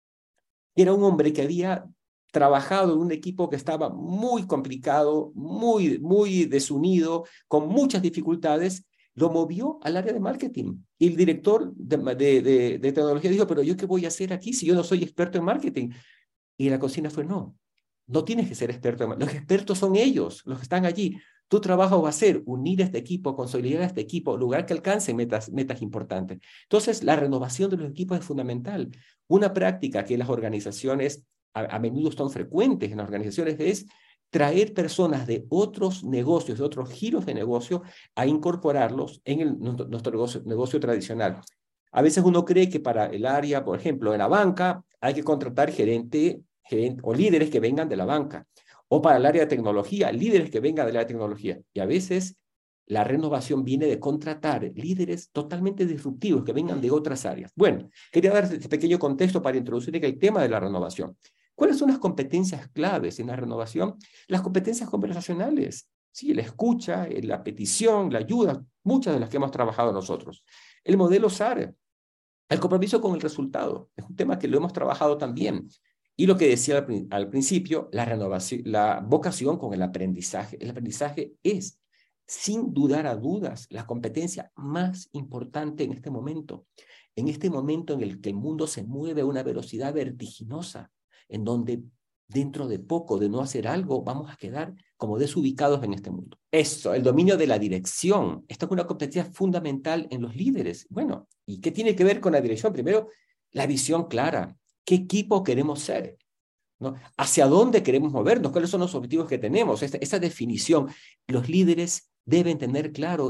Era un hombre que había trabajado en un equipo que estaba muy complicado, muy, muy desunido, con muchas dificultades. Lo movió al área de marketing. Y el director de tecnología dijo, pero ¿yo qué voy a hacer aquí si yo no soy experto en marketing? Y la cocina fue, no tienes que ser experto en marketing. Los expertos son ellos, los que están allí. Tu trabajo va a ser unir este equipo, consolidar este equipo, lograr que alcance metas importantes. Entonces, la renovación de los equipos es fundamental. Una práctica que las organizaciones, a menudo son frecuentes en las organizaciones, es traer personas de otros negocios, de otros giros de negocio, a incorporarlos en nuestro negocio tradicional. A veces uno cree que para el área, por ejemplo, en la banca, hay que contratar gerente o líderes que vengan de la banca. O para el área de tecnología, líderes que vengan del área de tecnología. Y a veces la renovación viene de contratar líderes totalmente disruptivos que vengan de otras áreas. Bueno, quería dar este pequeño contexto para introducir el tema de la renovación. ¿Cuáles son las competencias claves en la renovación? Las competencias conversacionales, ¿sí? La escucha, la petición, la ayuda, muchas de las que hemos trabajado nosotros. El modelo SAR, el compromiso con el resultado, es un tema que lo hemos trabajado también. Y lo que decía al principio, la renovación, la vocación con el aprendizaje. El aprendizaje es, sin dudar a dudas, la competencia más importante en este momento en el que el mundo se mueve a una velocidad vertiginosa, en donde dentro de poco, de no hacer algo, vamos a quedar como desubicados en este mundo. Eso, el dominio de la dirección. Esto es una competencia fundamental en los líderes. Bueno, ¿y qué tiene que ver con la dirección? Primero, la visión clara. ¿Qué equipo queremos ser? ¿No? ¿Hacia dónde queremos movernos? ¿Cuáles son los objetivos que tenemos? Esa definición. Los líderes deben tener claro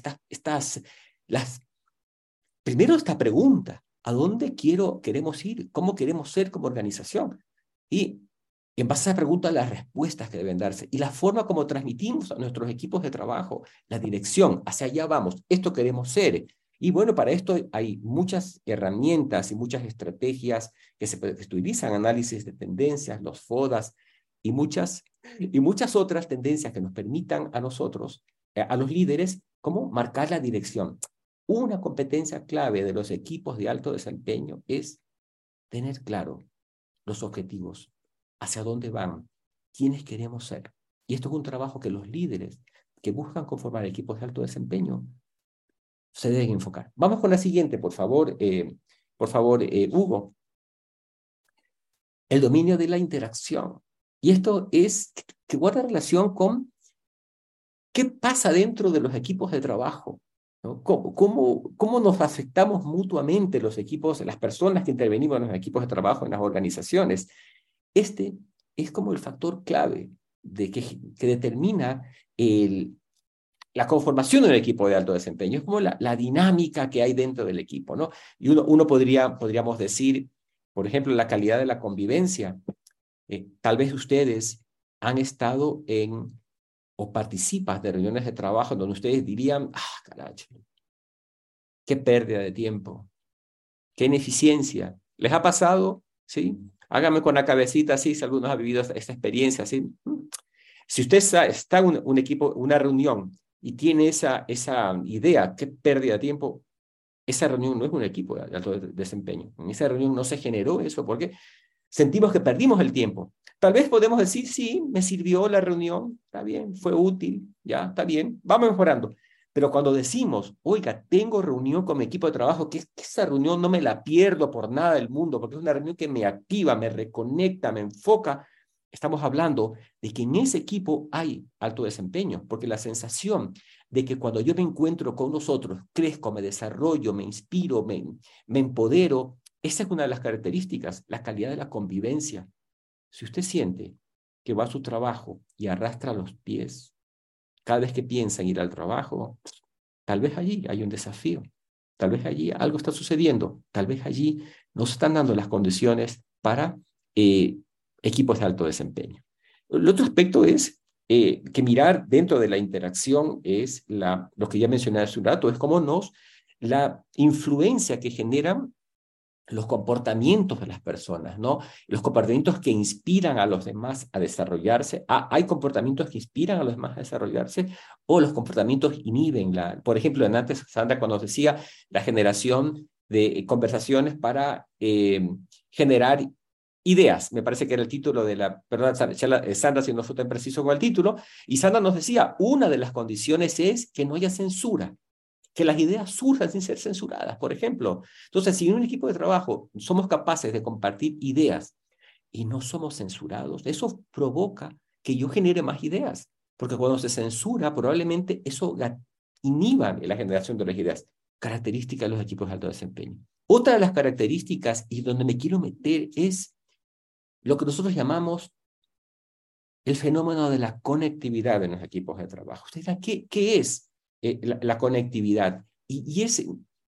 primero esta pregunta. ¿A dónde queremos ir? ¿Cómo queremos ser como organización? Y en base a esa pregunta, las respuestas que deben darse y la forma como transmitimos a nuestros equipos de trabajo, la dirección, hacia allá vamos, esto queremos ser. Y bueno, para esto hay muchas herramientas y muchas estrategias que se utilizan, análisis de tendencias, los FODAs y muchas otras tendencias que nos permitan a nosotros, a los líderes, cómo marcar la dirección. Una competencia clave de los equipos de alto desempeño es tener claro los objetivos, hacia dónde van, quiénes queremos ser. Y esto es un trabajo que los líderes que buscan conformar equipos de alto desempeño se deben enfocar. Vamos con la siguiente, por favor, Hugo. El dominio de la interacción. Y esto es que guarda relación con qué pasa dentro de los equipos de trabajo, ¿no? ¿Cómo nos afectamos mutuamente los equipos, las personas que intervenimos en los equipos de trabajo, en las organizaciones? Este es como el factor clave que determina la conformación de un equipo de alto desempeño. Es como la dinámica que hay dentro del equipo, ¿no? Y podríamos decir, por ejemplo, la calidad de la convivencia. Tal vez ustedes han estado o participan de reuniones de trabajo donde ustedes dirían, caray, qué pérdida de tiempo, qué ineficiencia. ¿Les ha pasado? ¿Sí? Háganme con la cabecita así si algunos han vivido esta experiencia. ¿Sí? Si usted está en un equipo, una reunión, y tiene esa idea, qué pérdida de tiempo, esa reunión no es un equipo de alto desempeño. En esa reunión no se generó eso porque sentimos que perdimos el tiempo. Tal vez podemos decir, sí, me sirvió la reunión, está bien, fue útil, ya, está bien, vamos mejorando. Pero cuando decimos, oiga, tengo reunión con mi equipo de trabajo, que esa reunión no me la pierdo por nada del mundo, porque es una reunión que me activa, me reconecta, me enfoca, estamos hablando de que en ese equipo hay alto desempeño, porque la sensación de que cuando yo me encuentro con nosotros, crezco, me desarrollo, me inspiro, me empodero, esa es una de las características, la calidad de la convivencia. Si usted siente que va a su trabajo y arrastra los pies cada vez que piensa en ir al trabajo, tal vez allí hay un desafío, tal vez allí algo está sucediendo, tal vez allí nos están dando las condiciones para equipos de alto desempeño. El otro aspecto es que mirar dentro de la interacción es lo que ya mencioné hace un rato, es cómo la influencia que generan los comportamientos de las personas, ¿no? Los comportamientos que inspiran a los demás a desarrollarse. Hay comportamientos que inspiran a los demás a desarrollarse o los comportamientos inhiben. Por ejemplo, antes Sandra cuando nos decía la generación de conversaciones para generar ideas. Me parece que era el título de perdón, Sandra si no fue tan preciso con el título. Y Sandra nos decía, una de las condiciones es que no haya censura, que las ideas surjan sin ser censuradas, por ejemplo. Entonces, si en un equipo de trabajo somos capaces de compartir ideas y no somos censurados, eso provoca que yo genere más ideas, porque cuando se censura, probablemente eso inhiba la generación de las ideas. Característica de los equipos de alto desempeño. Otra de las características, y donde me quiero meter, es lo que nosotros llamamos el fenómeno de la conectividad en los equipos de trabajo. Usted dirá, ¿qué es la conectividad? Y es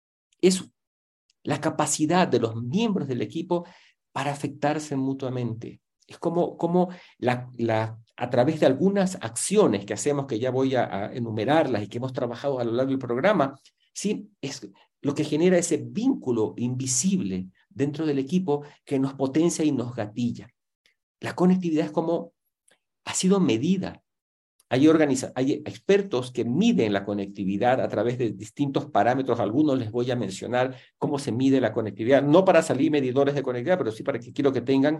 la capacidad de los miembros del equipo para afectarse mutuamente. Es como la a través de algunas acciones que hacemos, que ya voy a enumerarlas y que hemos trabajado a lo largo del programa, ¿sí? Es lo que genera ese vínculo invisible dentro del equipo que nos potencia y nos gatilla. La conectividad es como ha sido medida. Hay expertos que miden la conectividad a través de distintos parámetros. Algunos les voy a mencionar cómo se mide la conectividad, no para salir medidores de conectividad, pero sí para que quiero que tengan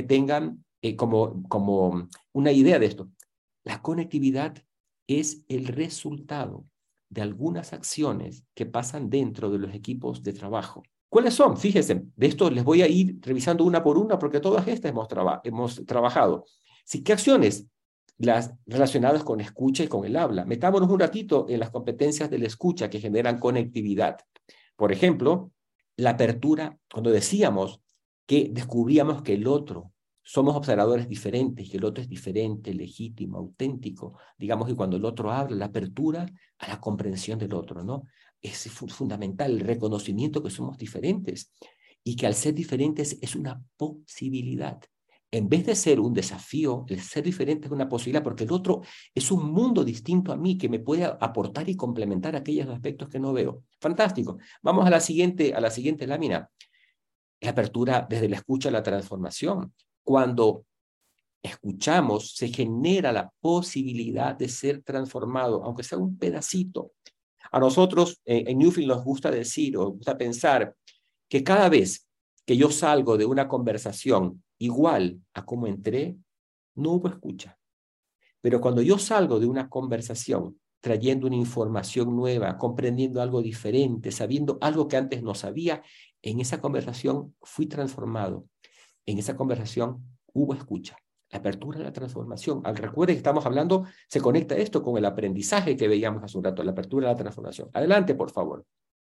como una idea de esto. La conectividad es el resultado de algunas acciones que pasan dentro de los equipos de trabajo. ¿Cuáles son? Fíjense, de esto les voy a ir revisando una por una porque todas estas hemos trabajado. Sí, ¿qué acciones? Las relacionadas con escucha y con el habla. Metámonos un ratito en las competencias de la escucha que generan conectividad. Por ejemplo, la apertura, cuando decíamos que descubríamos que el otro, somos observadores diferentes, que el otro es diferente, legítimo, auténtico. Digamos que cuando el otro habla, la apertura a la comprensión del otro, ¿no? Es fundamental el reconocimiento que somos diferentes y que al ser diferentes es una posibilidad. En vez de ser un desafío, el ser diferente es una posibilidad, porque el otro es un mundo distinto a mí que me puede aportar y complementar aquellos aspectos que no veo. Fantástico. Vamos a la siguiente lámina. La apertura desde la escucha a la transformación. Cuando escuchamos, se genera la posibilidad de ser transformado, aunque sea un pedacito. A nosotros en Newfield nos gusta decir o gusta pensar que cada vez que yo salgo de una conversación igual a como entré, no hubo escucha. Pero cuando yo salgo de una conversación trayendo una información nueva, comprendiendo algo diferente, sabiendo algo que antes no sabía, en esa conversación fui transformado. En esa conversación hubo escucha. La apertura de la transformación. Recuerden que estamos hablando, se conecta esto con el aprendizaje que veíamos hace un rato, la apertura de la transformación. Adelante, por favor.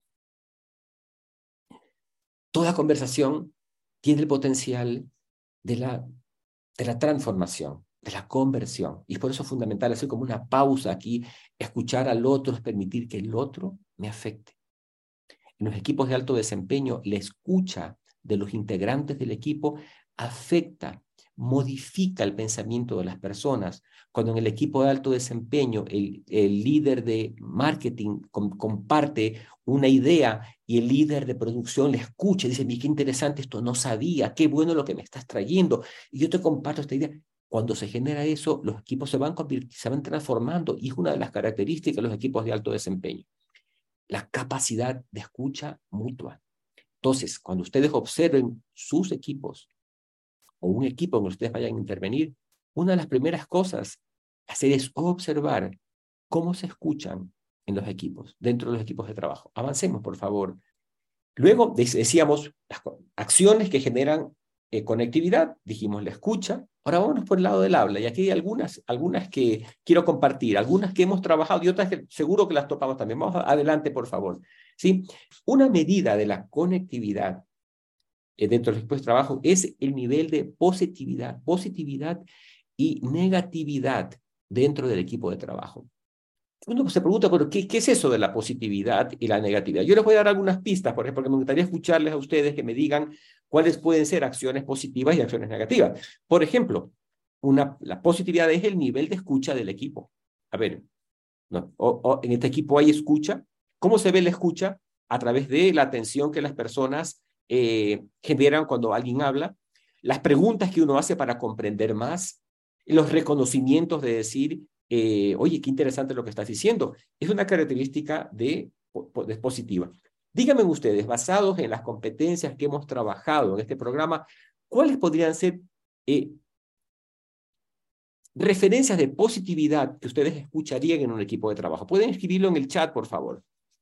Toda conversación tiene el potencial de la transformación, de la conversión. Y por eso es fundamental hacer como una pausa aquí, escuchar al otro, es permitir que el otro me afecte. En los equipos de alto desempeño, la escucha de los integrantes del equipo afecta, modifica el pensamiento de las personas. Cuando en el equipo de alto desempeño el líder de marketing comparte una idea y el líder de producción le escucha y dice, qué interesante esto, no sabía, qué bueno lo que me estás trayendo, y yo te comparto esta idea. Cuando se genera eso, los equipos se van transformando, y es una de las características de los equipos de alto desempeño. La capacidad de escucha mutua. Entonces, cuando ustedes observen sus equipos o un equipo en el que ustedes vayan a intervenir, una de las primeras cosas a hacer es observar cómo se escuchan en los equipos, dentro de los equipos de trabajo. Avancemos, por favor. Luego decíamos las acciones que generan conectividad, dijimos la escucha. Ahora vámonos por el lado del habla, y aquí hay algunas que quiero compartir, algunas que hemos trabajado y otras que seguro que las topamos también. Vamos adelante, por favor. ¿Sí? Una medida de la conectividad dentro del equipo de trabajo es el nivel de positividad y negatividad dentro del equipo de trabajo. Uno se pregunta, ¿pero qué es eso de la positividad y la negatividad? Yo les voy a dar algunas pistas, por ejemplo, porque me gustaría escucharles a ustedes que me digan cuáles pueden ser acciones positivas y acciones negativas. Por ejemplo, la positividad es el nivel de escucha del equipo. A ver, en este equipo hay escucha. ¿Cómo se ve la escucha? A través de la atención que las personas generan cuando alguien habla, las preguntas que uno hace para comprender más, los reconocimientos de decir, oye, qué interesante lo que estás diciendo. Es una característica de positiva. Díganme ustedes, basados en las competencias que hemos trabajado en este programa, ¿cuáles podrían ser referencias de positividad que ustedes escucharían en un equipo de trabajo? Pueden escribirlo en el chat, por favor.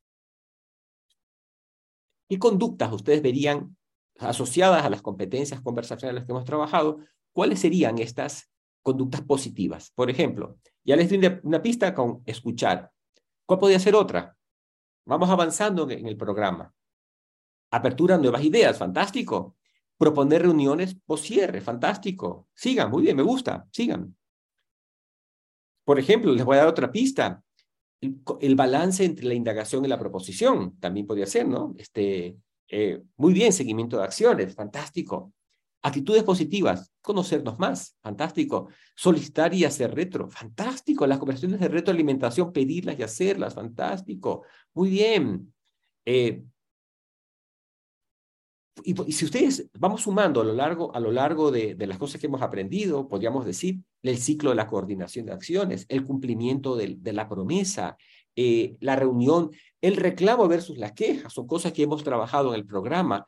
¿Qué conductas ustedes verían asociadas a las competencias conversacionales que hemos trabajado? ¿Cuáles serían estas conductas positivas? Por ejemplo, ya les di una pista con escuchar. ¿Cuál podría ser otra? Vamos avanzando en el programa. Apertura a nuevas ideas, fantástico. Proponer reuniones post cierre, fantástico. Sigan, muy bien, me gusta, sigan. Por ejemplo, les voy a dar otra pista. El balance entre la indagación y la proposición, también podría ser, ¿no? Muy bien, seguimiento de acciones, fantástico. Actitudes positivas, conocernos más, fantástico. Solicitar y hacer retro, fantástico. Las conversaciones de retroalimentación, pedirlas y hacerlas, fantástico. Muy bien. Y si ustedes vamos sumando a lo largo de las cosas que hemos aprendido, podríamos decir, el ciclo de la coordinación de acciones, el cumplimiento de la promesa, la reunión, el reclamo versus la queja, son cosas que hemos trabajado en el programa,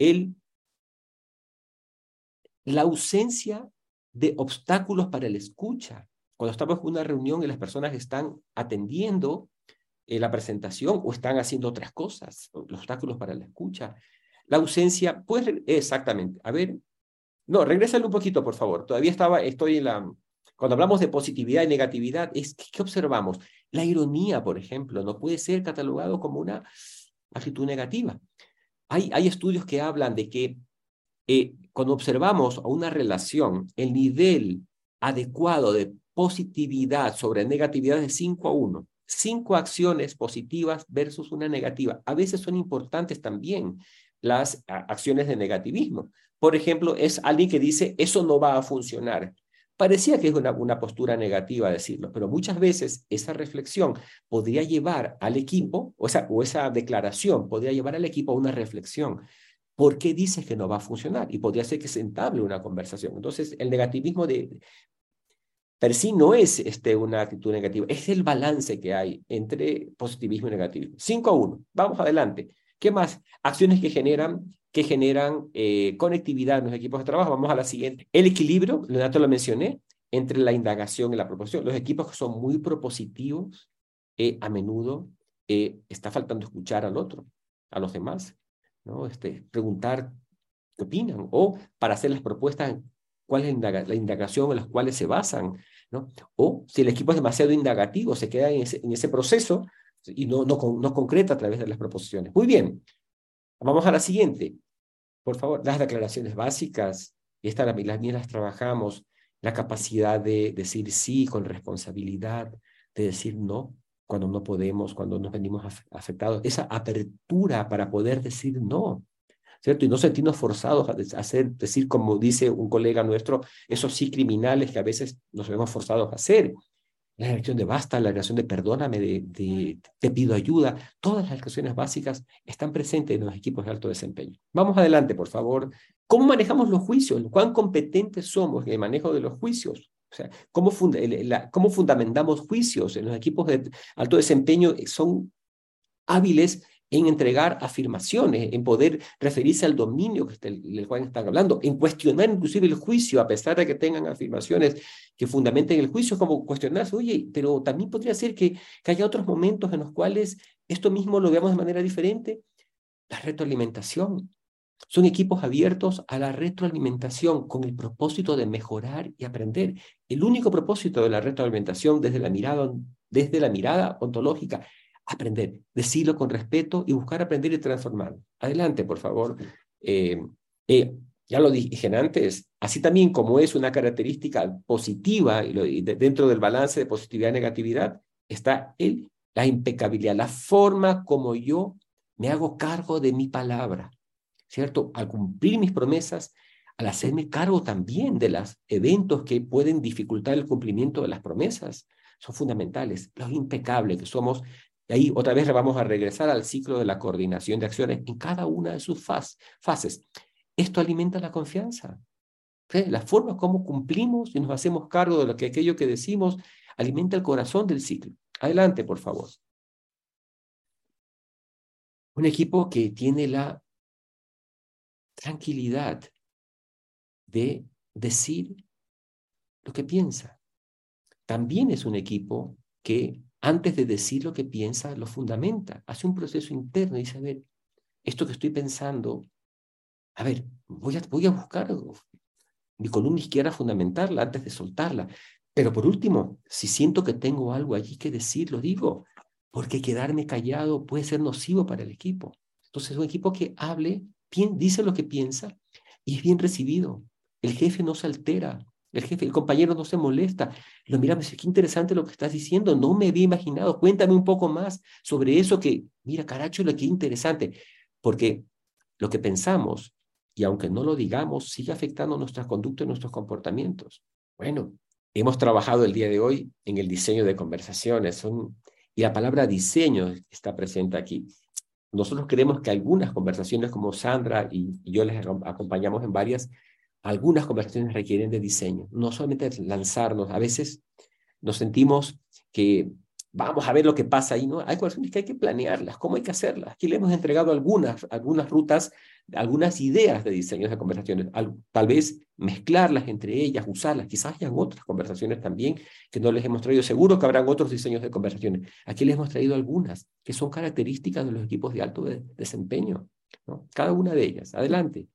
la ausencia de obstáculos para la escucha. Cuando estamos en una reunión y las personas están atendiendo la presentación o están haciendo otras cosas, los obstáculos para la escucha. La ausencia, pues, exactamente. A ver, no, regrésale un poquito, por favor. Todavía estoy en la... Cuando hablamos de positividad y negatividad, ¿qué observamos? La ironía, por ejemplo, no puede ser catalogado como una actitud negativa. Hay estudios que hablan de que cuando observamos una relación, el nivel adecuado de positividad sobre negatividad es de 5-1. 5 acciones positivas versus una negativa. A veces son importantes también las acciones de negativismo. Por ejemplo, es alguien que dice, eso no va a funcionar. Parecía que es una postura negativa decirlo, pero muchas veces esa reflexión podría llevar al equipo, o esa declaración podría llevar al equipo a una reflexión. ¿Por qué dices que no va a funcionar? Y podría ser que se entable una conversación. Entonces, el negativismo per sí no es una actitud negativa, es el balance que hay entre positivismo y negativismo. 5-1, vamos adelante. ¿Qué más? Acciones que generan conectividad en los equipos de trabajo. Vamos a la siguiente. El equilibrio, Leonardo lo mencioné, entre la indagación y la proposición. Los equipos que son muy propositivos, a menudo está faltando escuchar al otro, a los demás, ¿no? Preguntar qué opinan, o para hacer las propuestas, cuál es la indagación en las cuales se basan, ¿no? O si el equipo es demasiado indagativo, se queda en ese proceso y no concreta a través de las proposiciones. Muy bien, vamos a la siguiente. Por favor, las declaraciones básicas, las las trabajamos, la capacidad de decir sí con responsabilidad, de decir no cuando no podemos, cuando nos venimos afectados, esa apertura para poder decir no, ¿cierto? Y no sentirnos forzados a decir, como dice un colega nuestro, esos sí criminales que a veces nos vemos forzados a hacer. La elección de basta, la elección de perdóname, te pido ayuda, todas las elecciones básicas están presentes en los equipos de alto desempeño. Vamos adelante, por favor. ¿Cómo manejamos los juicios? ¿Cuán competentes somos en el manejo de los juicios? O sea, ¿cómo fundamentamos juicios? En los equipos de alto desempeño son hábiles en entregar afirmaciones, en poder referirse al dominio del cual están hablando, en cuestionar inclusive el juicio, a pesar de que tengan afirmaciones que fundamenten el juicio, como cuestionarse, oye, pero también podría ser que haya otros momentos en los cuales esto mismo lo veamos de manera diferente. La retroalimentación. Son equipos abiertos a la retroalimentación con el propósito de mejorar y aprender. El único propósito de la retroalimentación desde la mirada ontológica, aprender, decirlo con respeto y buscar aprender y transformar. Adelante, por favor. Ya lo dije antes, así también como es una característica positiva y dentro del balance de positividad y negatividad, está la impecabilidad, la forma como yo me hago cargo de mi palabra, ¿cierto? Al cumplir mis promesas, al hacerme cargo también de los eventos que pueden dificultar el cumplimiento de las promesas, son fundamentales. Los impecables que somos. Y ahí otra vez vamos a regresar al ciclo de la coordinación de acciones en cada una de sus fases. Esto alimenta la confianza. ¿Sí? La forma como cumplimos y nos hacemos cargo de aquello que decimos alimenta el corazón del ciclo. Adelante, por favor. Un equipo que tiene la tranquilidad de decir lo que piensa. También es un equipo que antes de decir lo que piensa, lo fundamenta, hace un proceso interno y dice, a ver, esto que estoy pensando, a ver, voy a buscar mi columna izquierda, fundamentarla antes de soltarla. Pero por último, si siento que tengo algo allí que decir, lo digo, porque quedarme callado puede ser nocivo para el equipo. Entonces, es un equipo que hable, dice lo que piensa y es bien recibido. El jefe no se altera, el compañero no se molesta. Lo mira, me dice, qué interesante lo que estás diciendo, no me había imaginado, cuéntame un poco más sobre eso que, mira, caracho, lo que interesante. Porque lo que pensamos y aunque no lo digamos, sigue afectando nuestras conductas y nuestros comportamientos. Bueno, hemos trabajado el día de hoy en el diseño de conversaciones, y la palabra diseño está presente aquí. Nosotros creemos que algunas conversaciones, como Sandra y yo les acompañamos en varias, algunas conversaciones requieren de diseño, no solamente lanzarnos. A veces nos sentimos que vamos a ver lo que pasa ahí, ¿no? Hay conversaciones que hay que planearlas, cómo hay que hacerlas. Aquí le hemos entregado algunas rutas, algunas ideas de diseños de conversaciones, tal vez mezclarlas entre ellas, usarlas. Quizás hayan otras conversaciones también que no les hemos traído. Seguro que habrán otros diseños de conversaciones. Aquí les hemos traído algunas que son características de los equipos de alto desempeño, ¿no? Cada una de ellas. Adelante.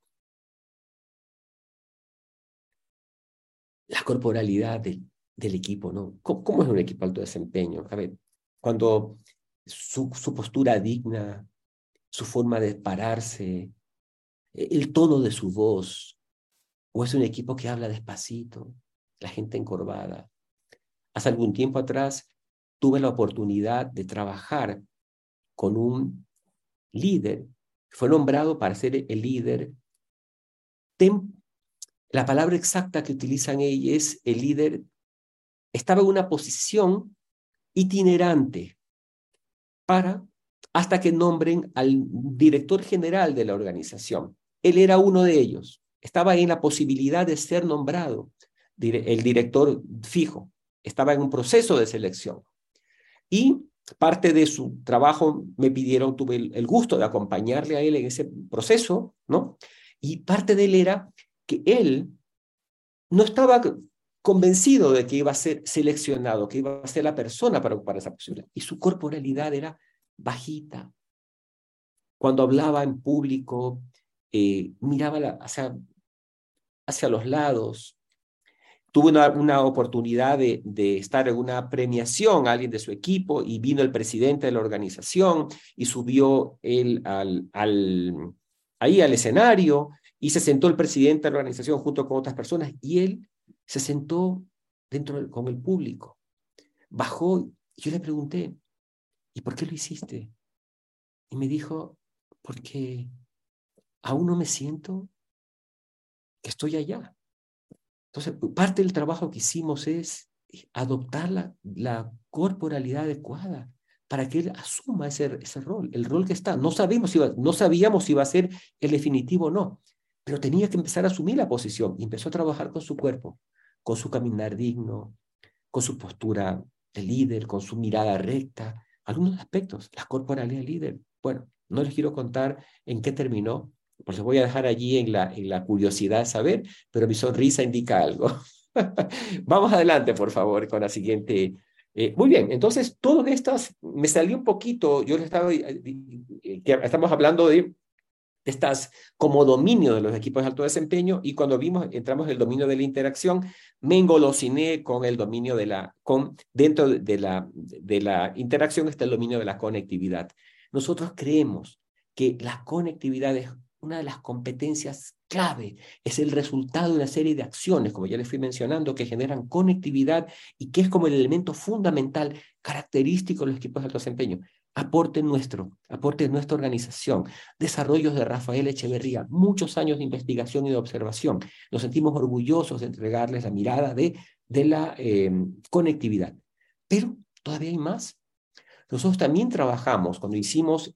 La corporalidad del equipo, ¿no? ¿Cómo es un equipo de alto desempeño? A ver, cuando su postura digna, su forma de pararse, el tono de su voz, o es un equipo que habla despacito, la gente encorvada. Hace algún tiempo atrás tuve la oportunidad de trabajar con un líder, fue nombrado para ser el líder. La palabra exacta que utilizan ellos es el líder. Estaba en una posición itinerante hasta que nombren al director general de la organización. Él era uno de ellos. Estaba en la posibilidad de ser nombrado el director fijo. Estaba en un proceso de selección. Y parte de su trabajo me pidieron, tuve el gusto de acompañarle a él en ese proceso, ¿no? Y parte de él era que él no estaba convencido de que iba a ser seleccionado, que iba a ser la persona para ocupar esa posición. Y su corporalidad era bajita. Cuando hablaba en público, miraba hacia los lados. Tuve una oportunidad de estar en una premiación, alguien de su equipo, y vino el presidente de la organización y subió él ahí al escenario, y se sentó el presidente de la organización junto con otras personas, y él se sentó con el público. Bajó, y yo le pregunté, ¿y por qué lo hiciste? Y me dijo, porque aún no me siento que estoy allá. Entonces, parte del trabajo que hicimos es adoptar la corporalidad adecuada para que él asuma ese rol, el rol que está. No sabíamos si iba a ser el definitivo o no, pero tenía que empezar a asumir la posición y empezó a trabajar con su cuerpo, con su caminar digno, con su postura de líder, con su mirada recta, algunos aspectos, la corporalidad líder. Bueno, no les quiero contar en qué terminó, pues les voy a dejar allí en la curiosidad de saber, pero mi sonrisa indica algo. Vamos adelante, por favor, con la siguiente. Muy bien, entonces, todas estas, me salió un poquito, yo les estaba, que estamos hablando de estas como dominio de los equipos de alto desempeño, y cuando entramos en el dominio de la interacción, me engolosiné con el dominio dentro de la interacción está el dominio de la conectividad. Nosotros creemos que la conectividad es una de las competencias clave, es el resultado de una serie de acciones, como ya les fui mencionando, que generan conectividad y que es como el elemento fundamental, característico de los equipos de alto desempeño. Aporte de nuestra organización, desarrollos de Rafael Echeverría, muchos años de investigación y de observación. Nos sentimos orgullosos de entregarles la mirada de la conectividad. Pero todavía hay más. Nosotros también trabajamos, cuando hicimos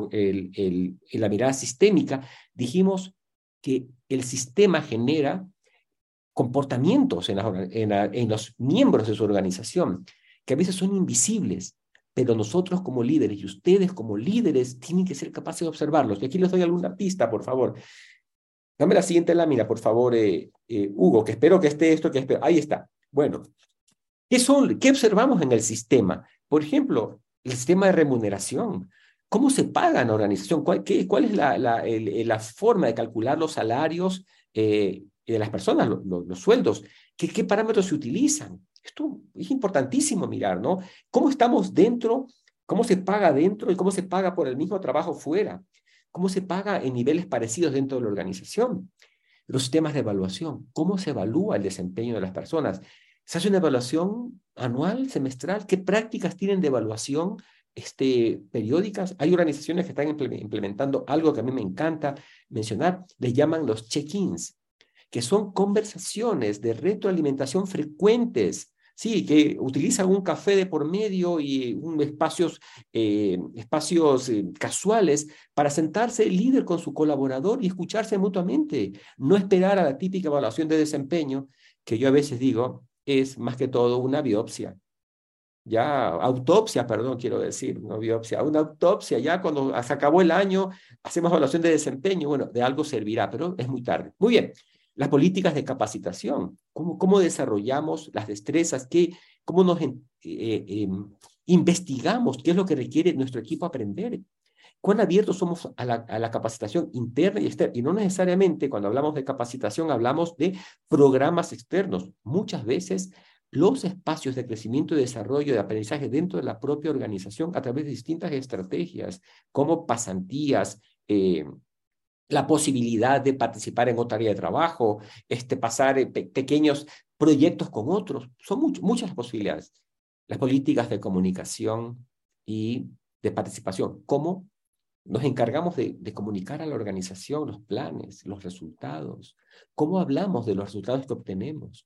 la mirada sistémica, dijimos que el sistema genera comportamientos en los miembros de su organización, que a veces son invisibles, pero nosotros como líderes y ustedes como líderes tienen que ser capaces de observarlos. Y aquí les doy alguna pista, por favor. Dame la siguiente lámina, por favor, Hugo, que espero que esté esto, ahí está. Bueno, ¿qué observamos en el sistema? Por ejemplo, el sistema de remuneración. ¿Cómo se paga en la organización? ¿Cuál es la forma de calcular los salarios de las personas, los sueldos? ¿Qué parámetros se utilizan? Esto es importantísimo mirar, ¿no? ¿Cómo estamos dentro? ¿Cómo se paga dentro y cómo se paga por el mismo trabajo fuera? ¿Cómo se paga en niveles parecidos dentro de la organización? Los sistemas de evaluación. ¿Cómo se evalúa el desempeño de las personas? ¿Se hace una evaluación anual, semestral? ¿Qué prácticas tienen de evaluación periódicas. Hay organizaciones que están implementando algo que a mí me encanta mencionar, les llaman los check-ins, que son conversaciones de retroalimentación frecuentes, sí, que utilizan un café de por medio y espacios casuales para sentarse el líder con su colaborador y escucharse mutuamente. No esperar a la típica evaluación de desempeño, que yo a veces digo es más que todo una biopsia. Ya, autopsia, perdón, quiero decir, no biopsia, una autopsia, ya cuando se acabó el año, hacemos evaluación de desempeño, bueno, de algo servirá, pero es muy tarde. Muy bien, las políticas de capacitación, cómo desarrollamos las destrezas, cómo nos investigamos, qué es lo que requiere nuestro equipo aprender, cuán abiertos somos a la capacitación interna y externa, y no necesariamente cuando hablamos de capacitación hablamos de programas externos, muchas veces los espacios de crecimiento y desarrollo de aprendizaje dentro de la propia organización a través de distintas estrategias, como pasantías, la posibilidad de participar en otra área de trabajo, pasar pequeños proyectos con otros. Son muchas posibilidades. Las políticas de comunicación y de participación. ¿Cómo nos encargamos de comunicar a la organización los planes, los resultados? ¿Cómo hablamos de los resultados que obtenemos?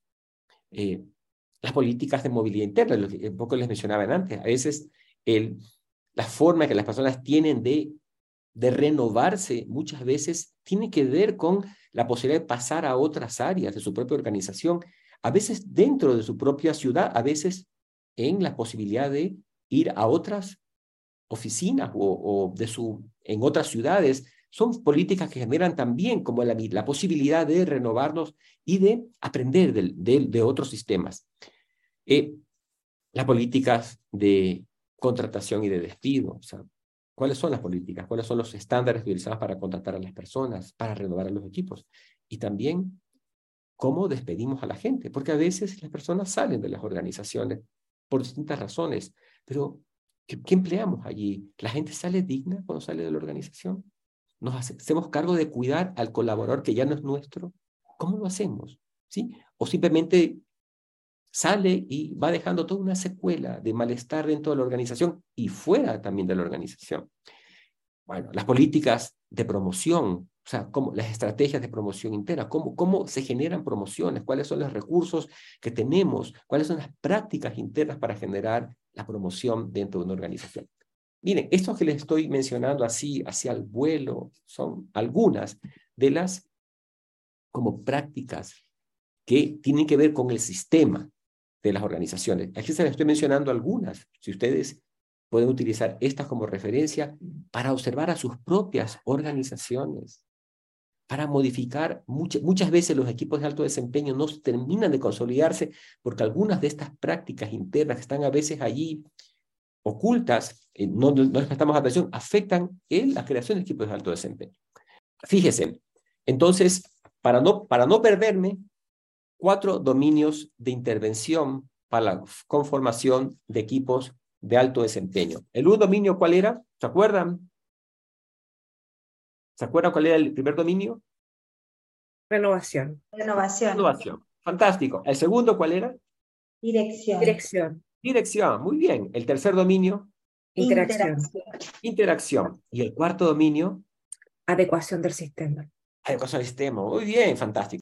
Las políticas de movilidad interna, lo que un poco les mencionaba antes, a veces la forma que las personas tienen de renovarse muchas veces tiene que ver con la posibilidad de pasar a otras áreas de su propia organización, a veces dentro de su propia ciudad, a veces en la posibilidad de ir a otras oficinas en otras ciudades. Son políticas que generan también como la posibilidad de renovarnos y de aprender de otros sistemas. Las políticas de contratación y de despido, o sea, ¿cuáles son las políticas? ¿Cuáles son los estándares utilizados para contratar a las personas, para renovar a los equipos? Y también, ¿cómo despedimos a la gente? Porque a veces las personas salen de las organizaciones por distintas razones, pero ¿qué empleamos allí? ¿La gente sale digna cuando sale de la organización? ¿Nos hacemos cargo de cuidar al colaborador que ya no es nuestro? ¿Cómo lo hacemos? ¿Sí? O simplemente sale y va dejando toda una secuela de malestar dentro de la organización y fuera también de la organización. Bueno, las políticas de promoción, o sea, las estrategias de promoción interna, cómo se generan promociones, cuáles son los recursos que tenemos, cuáles son las prácticas internas para generar la promoción dentro de una organización. Miren, estos que les estoy mencionando así, hacia el vuelo, son algunas de las como prácticas que tienen que ver con el sistema de las organizaciones. Aquí se les estoy mencionando algunas. Si ustedes pueden utilizar estas como referencia para observar a sus propias organizaciones, para modificar. Muchas veces los equipos de alto desempeño no terminan de consolidarse porque algunas de estas prácticas internas que están a veces allí ocultas, no les prestamos atención, afectan en la creación de equipos de alto desempeño. Fíjense, entonces, para no perderme, 4 dominios de intervención para la conformación de equipos de alto desempeño. ¿El un dominio cuál era? ¿Se acuerdan? ¿Se acuerdan cuál era el primer dominio? Renovación. Renovación. Fantástico. ¿El segundo cuál era? Dirección. Muy bien. ¿El tercer dominio? Interacción. ¿Y el cuarto dominio? Adecuación del sistema. Adecuación del sistema. Muy bien, fantástico.